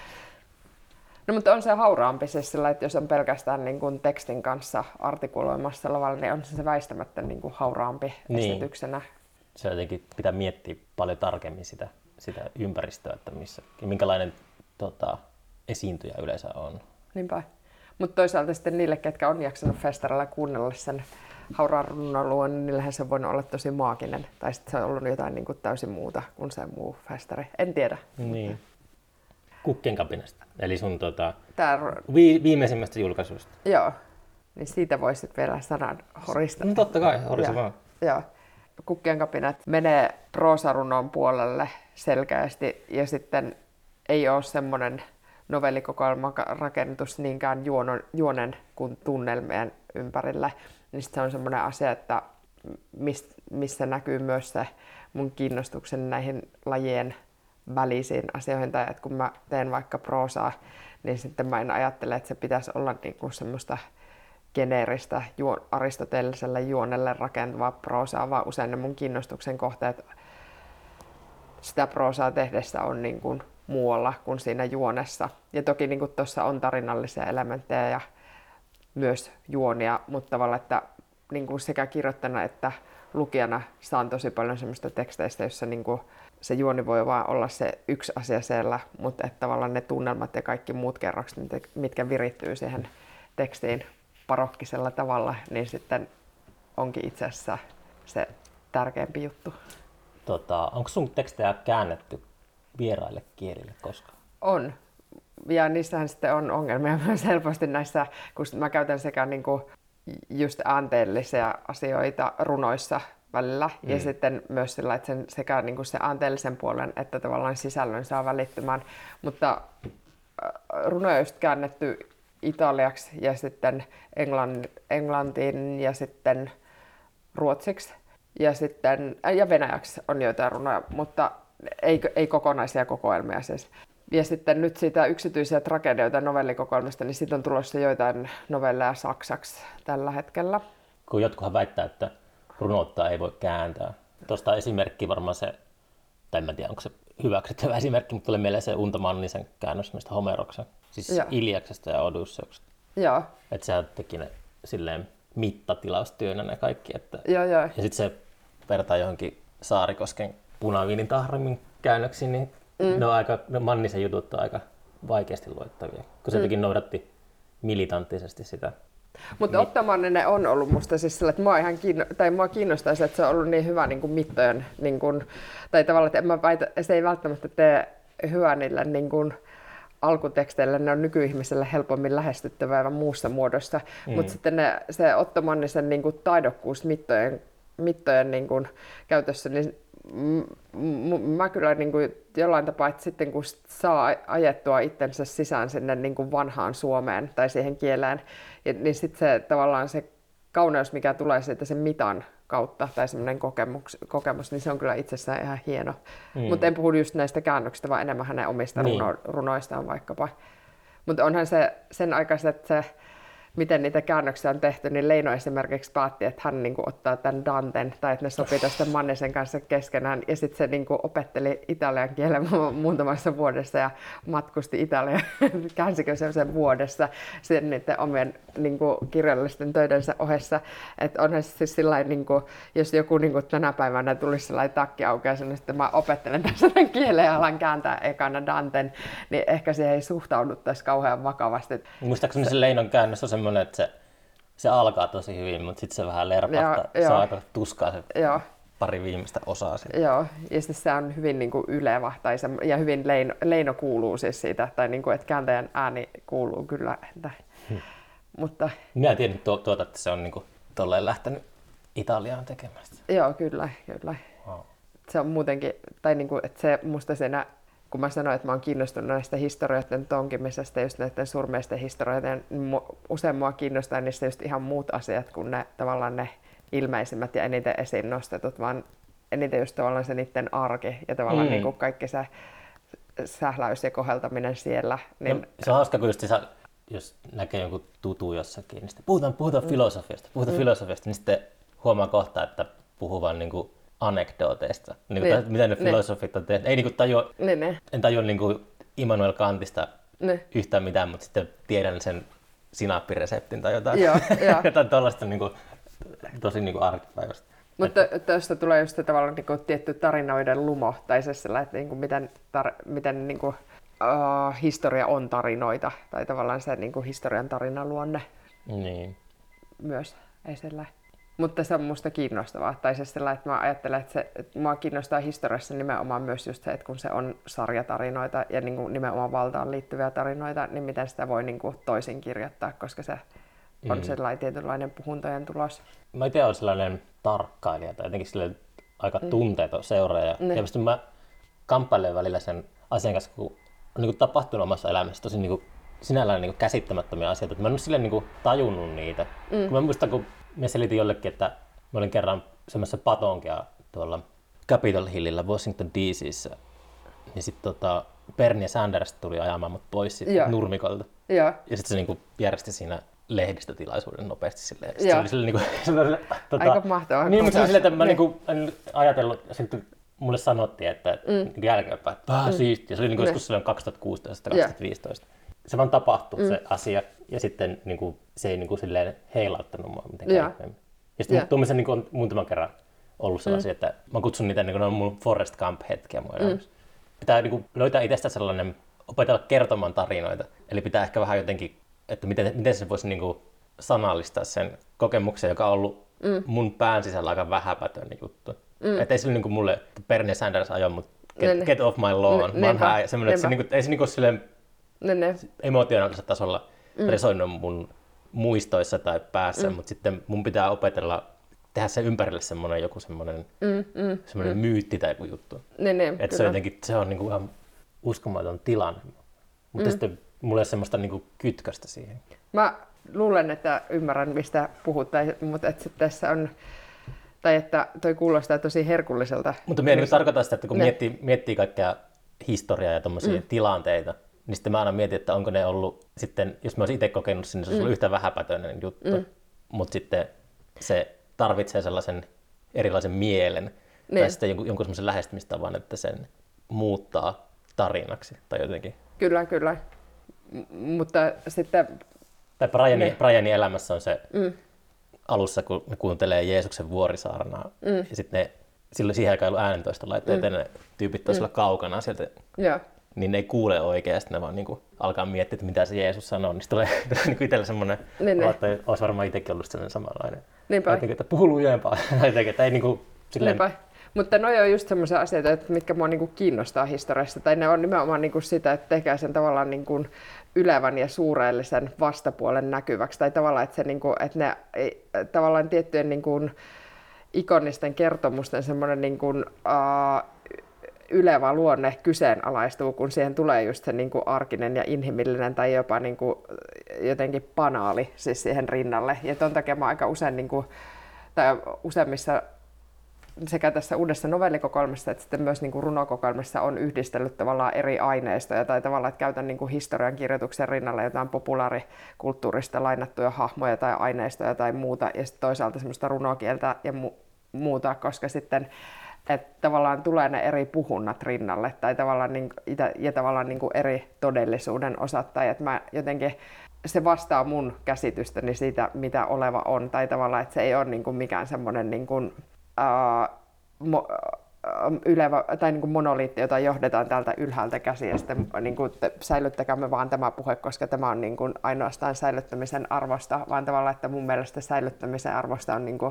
No mutta on se hauraampi siis sillä, että jos on pelkästään niin kuin tekstin kanssa artikuloimassa lavalla, niin on se väistämättä niin kuin hauraampi niin. esityksenä. Se jotenkin pitää miettiä paljon tarkemmin sitä, sitä ympäristöä, että missä, minkälainen tota, esiintyjä yleensä on. Niinpä. Mutta toisaalta sitten niille, ketkä on jaksanut festarilla kuunnella sen hauraan runoilua, niin niillähän se on voinut olla tosi maaginen. Tai sitten se on ollut jotain niin kuin täysin muuta kuin se muu festari. En tiedä. Niin. Kukkien kapinasta, eli sun tota, Tää... vi- viimeisimmästä julkaisusta. Joo, niin siitä voisit vielä sanan horista. No totta kai, horista vaan. Joo. Kukkien kapinat menee proosarunon puolelle selkeästi ja sitten ei ole semmoinen novellikokoelman rakentus niinkään juonon, juonen kuin tunnelmien ympärille. Niin sit se on semmoinen asia, että mis, missä näkyy myös se mun kiinnostuksen näihin lajien välisiin asioihin. Tai että kun mä teen vaikka proosaa, niin sitten mä en ajattele, että se pitäisi olla niinku semmoista geneeristä juo, aristoteelliselle juonelle rakentuvaa proosaa, vaan usein ne mun kiinnostuksen kohteet sitä proosaa tehdessä on niin kuin muualla kuin siinä juonessa. Ja toki niin kuin tuossa on tarinallisia elementtejä ja myös juonia, mutta tavallaan, että niin kuin sekä kirjoittajana että lukijana saan tosi paljon semmoista teksteistä, jossa niin kuin se juoni voi vaan olla se yksi asia siellä, mutta että tavallaan ne tunnelmat ja kaikki muut kerrokset, mitkä virittyy siihen tekstiin parokkisella tavalla, niin sitten onkin itse asiassa se tärkeämpi juttu. Tota, onko sun tekstejä käännetty vieraille kielille koskaan? On. Ja niissähän sitten on ongelmia myös helposti näissä, kun mä käytän sekä niinku just äänteellisiä asioita runoissa välillä mm. ja sitten myös sillä, että sen, sekä niinku se äänteellisen puolen että tavallaan sisällön saa välittymään. Mutta runoja on just käännetty italiaksi ja sitten englantiin ja sitten ruotsiksi. Ja, sitten, ja venäjäksi on joitain runoja, mutta ei, ei kokonaisia kokoelmia siis. Ja sitten nyt siitä yksityisiä tragedioita novellikokoelmista, niin sitten on tulossa joitain novelleja saksaksi tällä hetkellä. Kun jotkuhan väittää, että runoutta ei voi kääntää. Tuosta esimerkki varmaan se, tai en tiedä onko se hyväksyttävä esimerkki, mutta tulee mieleen se Unto Mannisen käännös mistä Homeroksen, siis Joo. Iliaksesta ja Odysseuksesta. Joo. Että sehän teki ne silleen mittatilaustyönä ne kaikki. Että... Joo, joo. Ja sitten se vertaa johonkin Saarikosken Punaviinin tahrimin käännöksiin, niin mm. ne on aika, ne Mannisen jutut on aika vaikeasti luettavia, kun se jotenkin mm. noudatti militanttisesti sitä. Mutta Otto Manninen on ollut musta siis sillä, että mua, ihan kiinno- tai mua kiinnostaisi, että se on ollut niin hyvä niin kuin mittojen, niin kuin, tai tavallaan, että en mä väitä, se ei välttämättä tee hyvää niille niin kuin alkuteksteille, ne on nykyihmiselle helpommin lähestyttävää muussa muodossa, mm. mutta sitten ne, se Otto Mannisen niin kuin taidokkuus mittojen, mittojen niin kuin käytössä, niin m- m- mä kyllä niin kuin jollain tapaa, että sitten kun saa ajettua itsensä sisään sinne niin kuin vanhaan Suomeen tai siihen kieleen, niin sitten se tavallaan se kauneus, mikä tulee siitä sen mitan kautta tai semmoinen kokemus, kokemus, niin se on kyllä itsessään ihan hieno. Mm. Mutta en puhu just näistä käännöksistä, vaan enemmän hänen omista niin. runo, runoistaan vaikkapa. Mutta onhan se sen aikaiset se, miten niitä käännöksiä on tehty, niin Leino esimerkiksi päätti, että hän niinku ottaa tämän Danten, tai että ne sopii tästä Mannisen kanssa keskenään, ja sitten se niinku opetteli italian kielen muutamassa vuodessa ja matkusti Italiaan, käänsikö se sen vuodessa sen niiden omien niinku kirjallisten töidensä ohessa. Että onhan se siis sillain, niinku, jos joku niinku tänä päivänä tulisi sellainen takki auki ja sanoi, että mä opettelen tässä tämän kielen ja alan kääntää ekana Danten, niin ehkä siihen ei suhtauduttaisi kauhean vakavasti. Muistaakseni se Leinon käännös on semmoinen, että se, se alkaa tosi hyvin, mutta sitten se vähän lerpahtaa. Se on aika tuskaa se Joo. pari viimeistä osaa. Siitä. Joo, ja siis se on hyvin niin kuin ylevä tai se, ja hyvin leino, leino kuuluu siis siitä, tai niin kuin, että kääntäjän ääni kuuluu kyllä. Että, hmm. mutta... Minä en tiennyt tuota, että se on niin kuin tolleen lähtenyt Italiaan tekemään sitä. Joo, kyllä, kyllä. Wow. Se on muutenkin, tai niin kuin, että se musta siinä, kun mä sanoin, että mä oon kiinnostunut näistä historioiden tonkimisesta, just näiden surmeisten historioiden, niin usein mua kiinnostaa niistä just ihan muut asiat kuin ne tavallaan ne ilmeisimmät ja eniten esiin nostetut, vaan eniten just tavallaan se niiden arki ja tavallaan mm. niin kuin kaikki se sähläys ja koheltaminen siellä. Niin... No, se on hauska, kun just se, jos näkee jonkun tutu jossakin, niin sitten puhutaan, puhutaan mm. filosofiasta, puhutaan mm. filosofiasta, niin sitten huomaa kohta, että puhuu vaan niin kuin anekdooteista, niin kuin, niin, mitä ne filosofit on tehnyt. Ei niin kuin tajua, niin, en tajua niin kuin Immanuel Kantista niin. yhtään mitään, mutta sitten tiedän sen sinappireseptin tai jotain, joo, joo. jotain tuollaista niin kuin, tosi niin kuin arkipäivästä. Mutta tuosta tulee just tavallaan niin kuin tietty tarinoiden lumo, tai se sellainen, että niin kuin miten, tar- miten niin kuin, uh, historia on tarinoita, tai tavallaan se niin kuin historian tarinaluonne niin. myös esillä. Mutta se on musta kiinnostavaa. Tai se sellainen, että mä ajattelen, että, se, että mua kiinnostaa historiassa nimenomaan myös just se, että kun se on sarjatarinoita ja niin kuin nimenomaan valtaan liittyviä tarinoita, niin miten sitä voi niin kuin toisin kirjoittaa, koska se on mm. sellainen tietynlainen puhuntojen tulos. Mä itse olen sellainen tarkkailija tai jotenkin sellainen aika tunteeton seuraaja. Mm. Ja mä kamppailen välillä sen asian kanssa, kun on niin kuin tapahtunut omassa elämässä tosi niin kuin sinällään niin kuin käsittämättömiä asioita, että mä en ole silleen niin kuin tajunnut niitä. Mm. Kun mä muistan, kun mä selitin jollekin, että mä olin kerran semmoisessa patonkia tuolla Capitol Hillillä Washington D C:ssä, niin sitten tota, Bernie Sanders tuli ajamaan mut pois siitä nurmikolta. Ja, ja sitten se niin kuin järjesti siinä lehdistötilaisuuden nopeasti silleen. Sit se oli silleen niin kuin, silleen, tota, aika mahtavaa. Niin, mutta se oli silleen, että mä niin kuin, en ajatellut, sitten mulle sanottiin, että mm. niin jälkeenpäin, että vähän mm. siistiä. Se oli niin kuin joskus silloin kaksituhattakuusitoista kaksituhattaviisitoista. Se vaan tapahtui mm. se asia ja sitten niin kuin, se ei niin kuin, silleen heilauttanut mua mitenkään. Ja, ja sitten tuommoisen niin kuin, on muutaman kerran ollut sellaisia, mm. että mä kutsun niitä, niin kuin ne on mun Forrest Gump-hetkiä mun elämässä. Mm. Pitää niin kuin, löytää itsestä sellainen, opetella kertomaan tarinoita. Eli pitää ehkä vähän jotenkin, että miten, miten se voisi niin kuin, sanallistaa sen kokemuksen, joka on ollut mm. mun pään sisällä aika vähäpätöinen juttu. Mm. Että ei sille niin kuin mulle, Bernie Sanders ajoi mut get, get off my lawn. Ne, vanha, ne, semmoinen, että se, niin kuin, ei se niin kuin, silleen ne, ne. emotionaalisella tasolla mm. resoinut mun muistoissa tai päässä, mm. mutta sitten mun pitää opetella tehdä sen ympärille semmoinen joku semmoinen, mm, mm, semmoinen mm. myytti tai joku juttu. Ne, ne, että se on jotenkin, se on niinku ihan uskomaton tilanne. Mutta mm. sitten mulla ei ole semmoista niinku kytköstä siihen. Mä luulen, että ymmärrän mistä puhut, mutta että tässä on, tai että toi kuulostaa tosi herkulliselta. Mutta minä niin tarkoitan sitä, että kun miettii, miettii kaikkea historiaa ja tommosia mm. tilanteita, niin sitten mä aina mietin, että onko ne ollut sitten, jos mä olisin itse kokenut sen, niin se olisi mm. ollut yhtä vähäpätöinen juttu, mm. mutta sitten se tarvitsee sellaisen erilaisen mielen ne. Tai sitten jonkun, jonkun sellaisen lähestymistavan, että sen muuttaa tarinaksi tai jotenkin. Kyllä, kyllä. M- mutta sitten... Tai Brianin, Brianin elämässä on se mm. alussa, kun ne kuuntelee Jeesuksen vuorisaarnaa mm. ja sitten ne, silloin siihen aikaan ei ollut äänentoistolaitteita, mm. ne tyypit toisella mm. kaukana sieltä. Ja. Niin ne ei kuule oikeasti, ne vaan niinku alkaa miettiä, että mitä se Jeesus sanoo, niin tulee niinku itsellä semmoinen, niin, että olisi varmaan itsekin ollut sellainen samanlainen. Niinpä. Jotenkin, että puhu lujempaa, jotenkin, että ei niinku silleen... Niinpä. Mutta noi on just semmoisia asioita, että mitkä mua niinku kiinnostaa historiasta, tai ne on nimenomaan niinku sitä, että tekee sen tavallaan niinku ylevän ja suureellisen vastapuolen näkyväksi, tai tavallaan, että, se niinku, että ne tavallaan tiettyjen niinku ikonisten kertomusten semmoinen niinku, uh, ylevä luonne kyseenalaistuu, kun siihen tulee just se niin kuin arkinen ja inhimillinen tai jopa niin kuin jotenkin banaali siis siihen rinnalle. Ja ton takia mä aika usein, niin kuin, tai useimmissa sekä tässä uudessa novellikokoelmassa että sitten myös niin kuin runokokoelmassa on yhdistellyt tavallaan eri aineistoja tai tavallaan, että käytän niin kuin historian kirjoituksen rinnalle jotain populaarikulttuurista lainattuja hahmoja tai aineistoja tai muuta ja sitten toisaalta semmoista runokieltä ja mu- muuta, koska sitten että tavallaan tulee ne eri puhunnat rinnalle tai tavallaan, niin, ja tavallaan niin kuin eri todellisuuden osat. Tai että mä jotenkin, se vastaa mun käsitystäni siitä, mitä oleva on. Tai tavallaan, että se ei ole niin kuin mikään semmoinen niin kuin, ää, mo, ylevä, tai niin kuin monoliitti, jota johdetaan täältä ylhäältä käsiä. Ja sitten niin kuin, säilyttäkäämme vaan tämä puhe, koska tämä on niin kuin ainoastaan säilyttämisen arvosta. Vaan tavallaan, että mun mielestä säilyttämisen arvosta on niin kuin,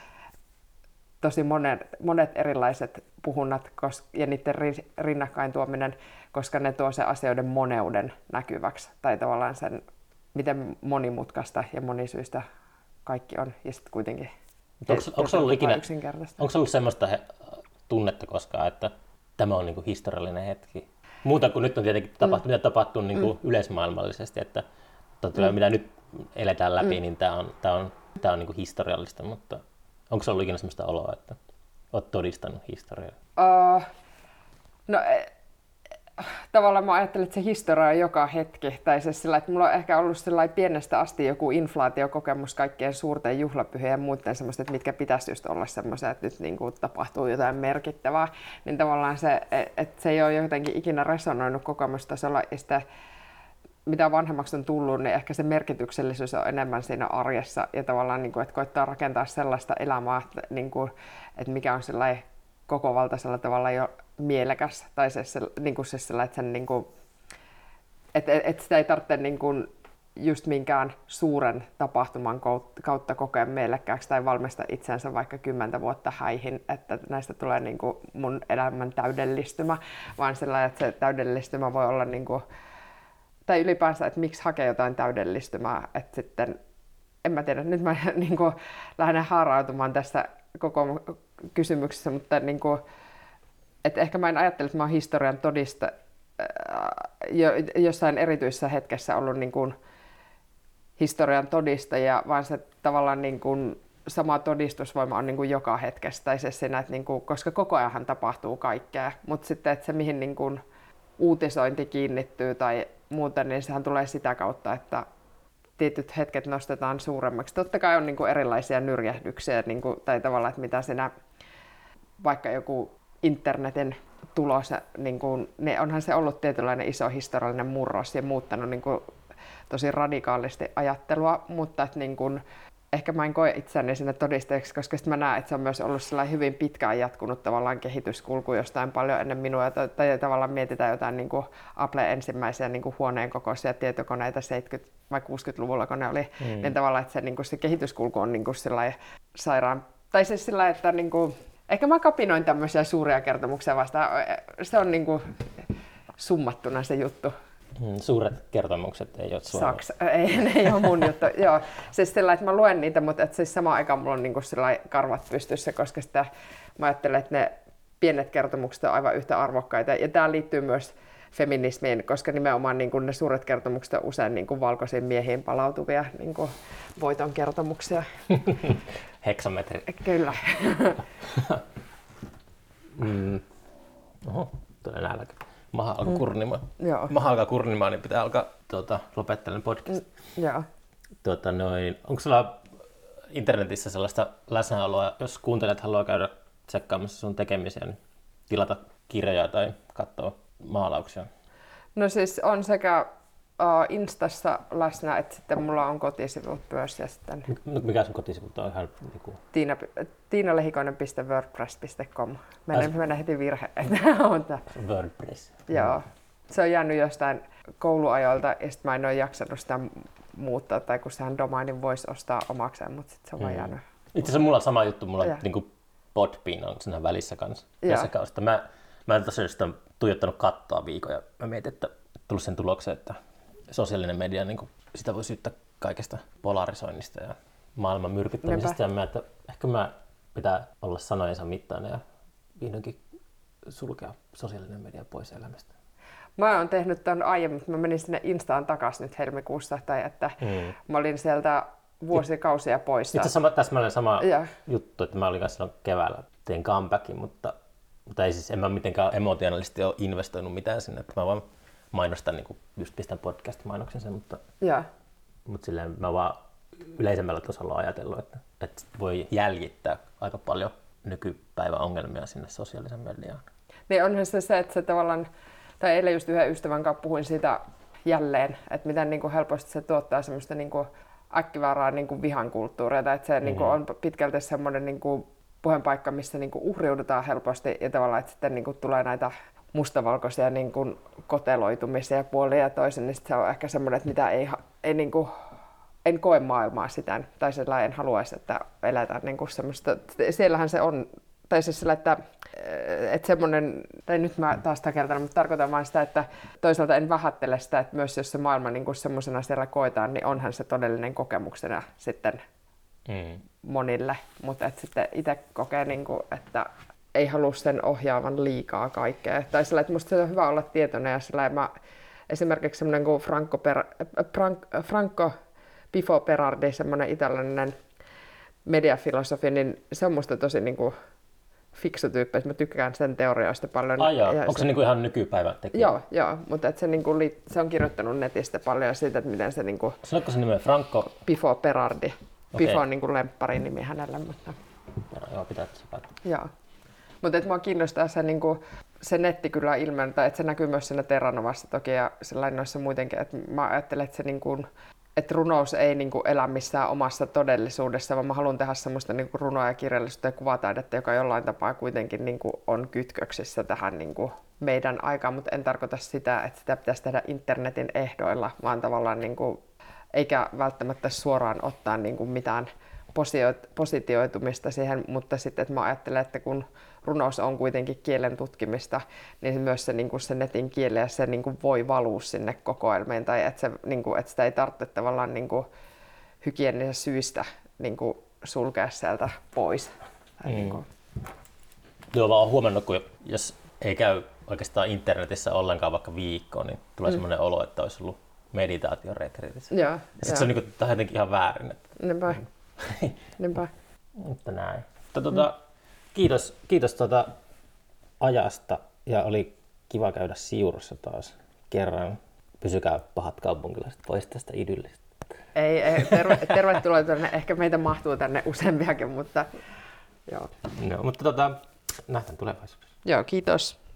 tosi monet, monet erilaiset puhunnat ja niiden rinnakkain tuominen, koska ne tuo se asioiden moneuden näkyväksi. Tai tavallaan sen, miten monimutkaista ja monisyistä kaikki on. Ja sitten kuitenkin onko, onko ollut ikinä, onko ollut semmoista he, tunnetta koskaan, että tämä on niinku historiallinen hetki? Muuta kuin nyt on tietenkin tapahtunut, mm. mitä tapahtuu niinku mm. yleismaailmallisesti, että totta, mm. mitä nyt eletään läpi, mm. niin tämä on, tää on, tää on niinku historiallista, mutta onko se ollut ikinä sellaista oloa, että olet todistanut historiaa? Uh, no tavallaan mä ajattelen, että se historia on joka hetki. Tai se sillä, että mulla on ehkä ollut sellainen pienestä asti joku inflaatiokokemus kaikkien suurten juhlapyhien ja muuten semmoista, että mitkä pitäisi just olla semmoisia, että nyt niin kuin tapahtuu jotain merkittävää. Niin tavallaan se, että se ei ole jotenkin ikinä resonoinut kokemustasolla. Ja sitä, mitä vanhemmaksi on tullut, niin ehkä se merkityksellisyys on enemmän siinä arjessa. Ja tavallaan, niin kuin, että koittaa rakentaa sellaista elämää, että, niin kuin, että mikä on sellainen koko valtaisella tavalla jo mielekäs. Tai se, se, niin kuin se sellainen, että, sen, niin kuin, että, että sitä ei tarvitse niin kuin, just minkään suuren tapahtuman kautta kokea mielekkääksi tai valmistaa itsensä vaikka kymmentä vuotta häihin, että näistä tulee niin kuin mun elämän täydellistymä. Vaan sellainen, että se täydellistymä voi olla... Niin kuin, tai ylipäänsä, että miksi hakee jotain täydellistymää, että sitten, en mä tiedä, nyt mä niin kuin, lähden haarautumaan tässä koko kysymyksessä, mutta niin kuin, että ehkä mä en ajattele, että mä oon historian todiste, jo, jossain erityisessä hetkessä ollut niin kuin historian todistajia, vaan se tavallaan niin kuin sama todistusvoima on niin kuin joka hetkessä, tai se siinä, että niin kuin, koska koko ajan tapahtuu kaikkea, mutta sitten että se mihin niin kuin uutisointi kiinnittyy tai muuten, niin sehän tulee sitä kautta, että tietyt hetket nostetaan suuremmaksi. Totta kai on niin kuin erilaisia nyrjähdyksiä, niin kuin, tai tavallaan, että mitä siinä vaikka joku internetin tulos, niin kuin, niin onhan se ollut tietynlainen iso historiallinen murros ja muuttanut niin kuin tosi radikaalisti ajattelua, mutta että niin kuin, ehkä mä en koe itseäni sinne todisteeksi, koska sitten mä näen, että se on myös ollut hyvin pitkään jatkunut tavallaan kehityskulku jostain paljon ennen minua, tai, tai tavallaan mietitään jotain niin kuin Apple ensimmäisiä niin kuin huoneen kokoisia tietokoneita seitsemänkymmentä- vai kuusikymmentäluvulla, kun ne oli, mm. niin tavallaan, että se, niin kuin se kehityskulku on niin kuin sairaan, tai siis sillä, että niin kuin, ehkä mä kapinoin tämmöisiä suuria kertomuksia vastaan, se on niin kuin summattuna se juttu. Mm, suuret kertomukset ei ole sua. Saksa. Ei, ne ei ole mun juttu. Joo. Siis sillä, että mä luen niitä, mutta et siis samaan aikaan mulla on niinku karvat pystyssä, koska sitä, mä ajattelen, että ne pienet kertomukset on aivan yhtä arvokkaita. Ja tämä liittyy myös feminismiin, koska nimenomaan niinku ne suuret kertomukset on usein niinku valkoisiin miehiin palautuvia niinku voiton kertomuksia. Heksametri. Kyllä. mm. Oho, tulee nälkä. Maha alkaa mm. kurnimaan. Joo. Maha alkaa kurnimaan, niin pitää alkaa tuota, lopettelen podcast. Mm, joo. Tuota, noin, onko sulla internetissä sellaista läsnäoloa, jos kuuntelijat haluaa käydä tsekkaamassa sun tekemisiä, niin tilata kirjoja tai katsoa maalauksia? No siis on sekä uh, Instassa läsnä, että sitten mulla on kotisivut myös. Ja sitten mikä sun kotisivut on? Ihan niinku... Tiina, tiinalehikoinen piste wordpress piste com. Menen, menen heti virhe. WordPress. Joo. Se on jäänyt jostain kouluajoilta ja sitten mä en ole jaksanut sitä muuttaa, tai kun sehän domainin voisi ostaa omakseen, mutta sitten se on mm. vaan jäänyt. Itse asiassa mulla on sama juttu, mulla on niinku Podbean on siinä välissä kanssa. Mä, mä en tosiaan sitä tuijottanut kattoa viikon ja mä mietin, että tullut sen tulokseen, että sosiaalinen media, niin kuin, sitä voi syyttää kaikesta polarisoinnista ja maailman myrkyttämisestä. Ja mä, että ehkä mä pitää olla sanojensa mittainen ja vihdoinkin sulkea sosiaalinen media pois elämästä. Mä oon tehnyt ton aiemmin, mutta mä menin sinne Instaan takaisin nyt helmikuussa, tai että mm. mä olin sieltä vuosikausia pois. Itse asiassa täsmälleen sama ja. juttu, että mä olin kanssa silloin keväällä, tein comebackin, mutta, mutta ei siis, en mä mitenkään emotionaalisesti ole investoinut mitään sinne, että mä vaan mainostan, niin kuin just pistän podcast-mainoksen sen, mutta, ja. mutta silleen mä vaan yleisemmällä tasolla ajatellut, että, että voi jäljittää aika paljon nykypäivän ongelmia sinne sosiaalisen mediaan. Niin onhan se se, että se tavallaan, tai eilen just yhden ystävän kanssa puhuin siitä jälleen, että miten niin kuin helposti se tuottaa semmoista niin kuin äkkivääraa niin kuin vihan kulttuuria, tai että se mm-hmm. niin kuin on pitkälti semmoinen niin kuin puheenpaikka, missä niin kuin uhriudutaan helposti, ja tavallaan, että sitten niin kuin tulee näitä mustavalkoisia niin kuin koteloitumisia puolin ja toisin, niin se on ehkä semmoinen, että mitä ei, ei niin kuin, en koe maailmaa sitä, tai sellainen en haluaisi, että eletään niin kuin semmoista, siellähän se on, tai siis sillä, että, että semmoinen, tai nyt mä taas takertan, mutta tarkoitan vain sitä, että toisaalta en vähättele sitä, että myös jos se maailma niin kuin semmoisena siellä koetaan, niin onhan se todellinen kokemuksena sitten mm. monille, mutta että sitten itse kokee, niin kuin, että ei halua sen ohjaavan liikaa kaikkea. Tai sillä, että musta se on hyvä olla tietoinen, ja sillä mä esimerkiksi semmoinen kuin Franco, per, Frank, Franco Pifo Berardi, semmoinen italialainen mediafilosofi, niin se on musta tosi niin kuin fiksu tyyppi, että mä tykkään sen teorioista paljon. Ai jaa. Onko se, se niin kuin ihan nykypäivän tekijä? Joo, joo, mutta että se, niin kuin, se on kirjoittanut netistä paljon siitä, että miten se... Niin kuin, sanoitko se nimen Franco? Pifo Berardi. Okay. Pifo on niin kuin lemppari nimi hänelle. Mutta... Joo, pitää se Joo. Mutta mua kiinnostaa se, niin kuin, se netti kyllä ilmentää, että se näkyy myös siinä Terranovassa toki ja sellainen noissa muutenkin, että mä ajattelen, että, se, niin kuin, että runous ei niin kuin, elä missään omassa todellisuudessa, vaan mä haluan tehdä semmoista niin kuin, runoa ja kirjallisuutta ja kuvataidetta, joka jollain tapaa kuitenkin niin kuin, on kytköksissä tähän niin kuin, meidän aikaan, mutta en tarkoita sitä, että sitä pitäisi tehdä internetin ehdoilla, vaan tavallaan niin kuin, eikä välttämättä suoraan ottaa niin kuin, mitään positioitumista siihen, mutta sitten että mä ajattelen, että kun runous on kuitenkin kielen tutkimista, niin myös se, niin kuin se netin kieli ja se niin kuin voi valua sinne kokoelmeen, tai että, se, niin kuin, että sitä ei tarvitse tavallaan niin kuin hygienisistä syistä niin kuin sulkea sieltä pois. Mm. Niin kuin. Joo, vaan olen huomannut, kun jos ei käy oikeastaan internetissä ollenkaan vaikka viikkoon, niin tulee mm. semmoinen olo, että olisi ollut meditaatioretriitissä. Joo. Ja sitten se on niin kuin, jotenkin ihan väärin. Että... Niinpä. Niinpä. Mutta näin. Mutta, tuota, mm. Kiitos, kiitos tuota ajasta ja oli kiva käydä Siurussa taas kerran. Pysykää pahat kaupunkilaiset pois tästä idyllistä. Ei, ei terve, tervetuloa tänne. Ehkä meitä mahtuu tänne useampiakin, mutta joo. No, mutta tota, nähdään tulevaisuudessa. Joo, kiitos.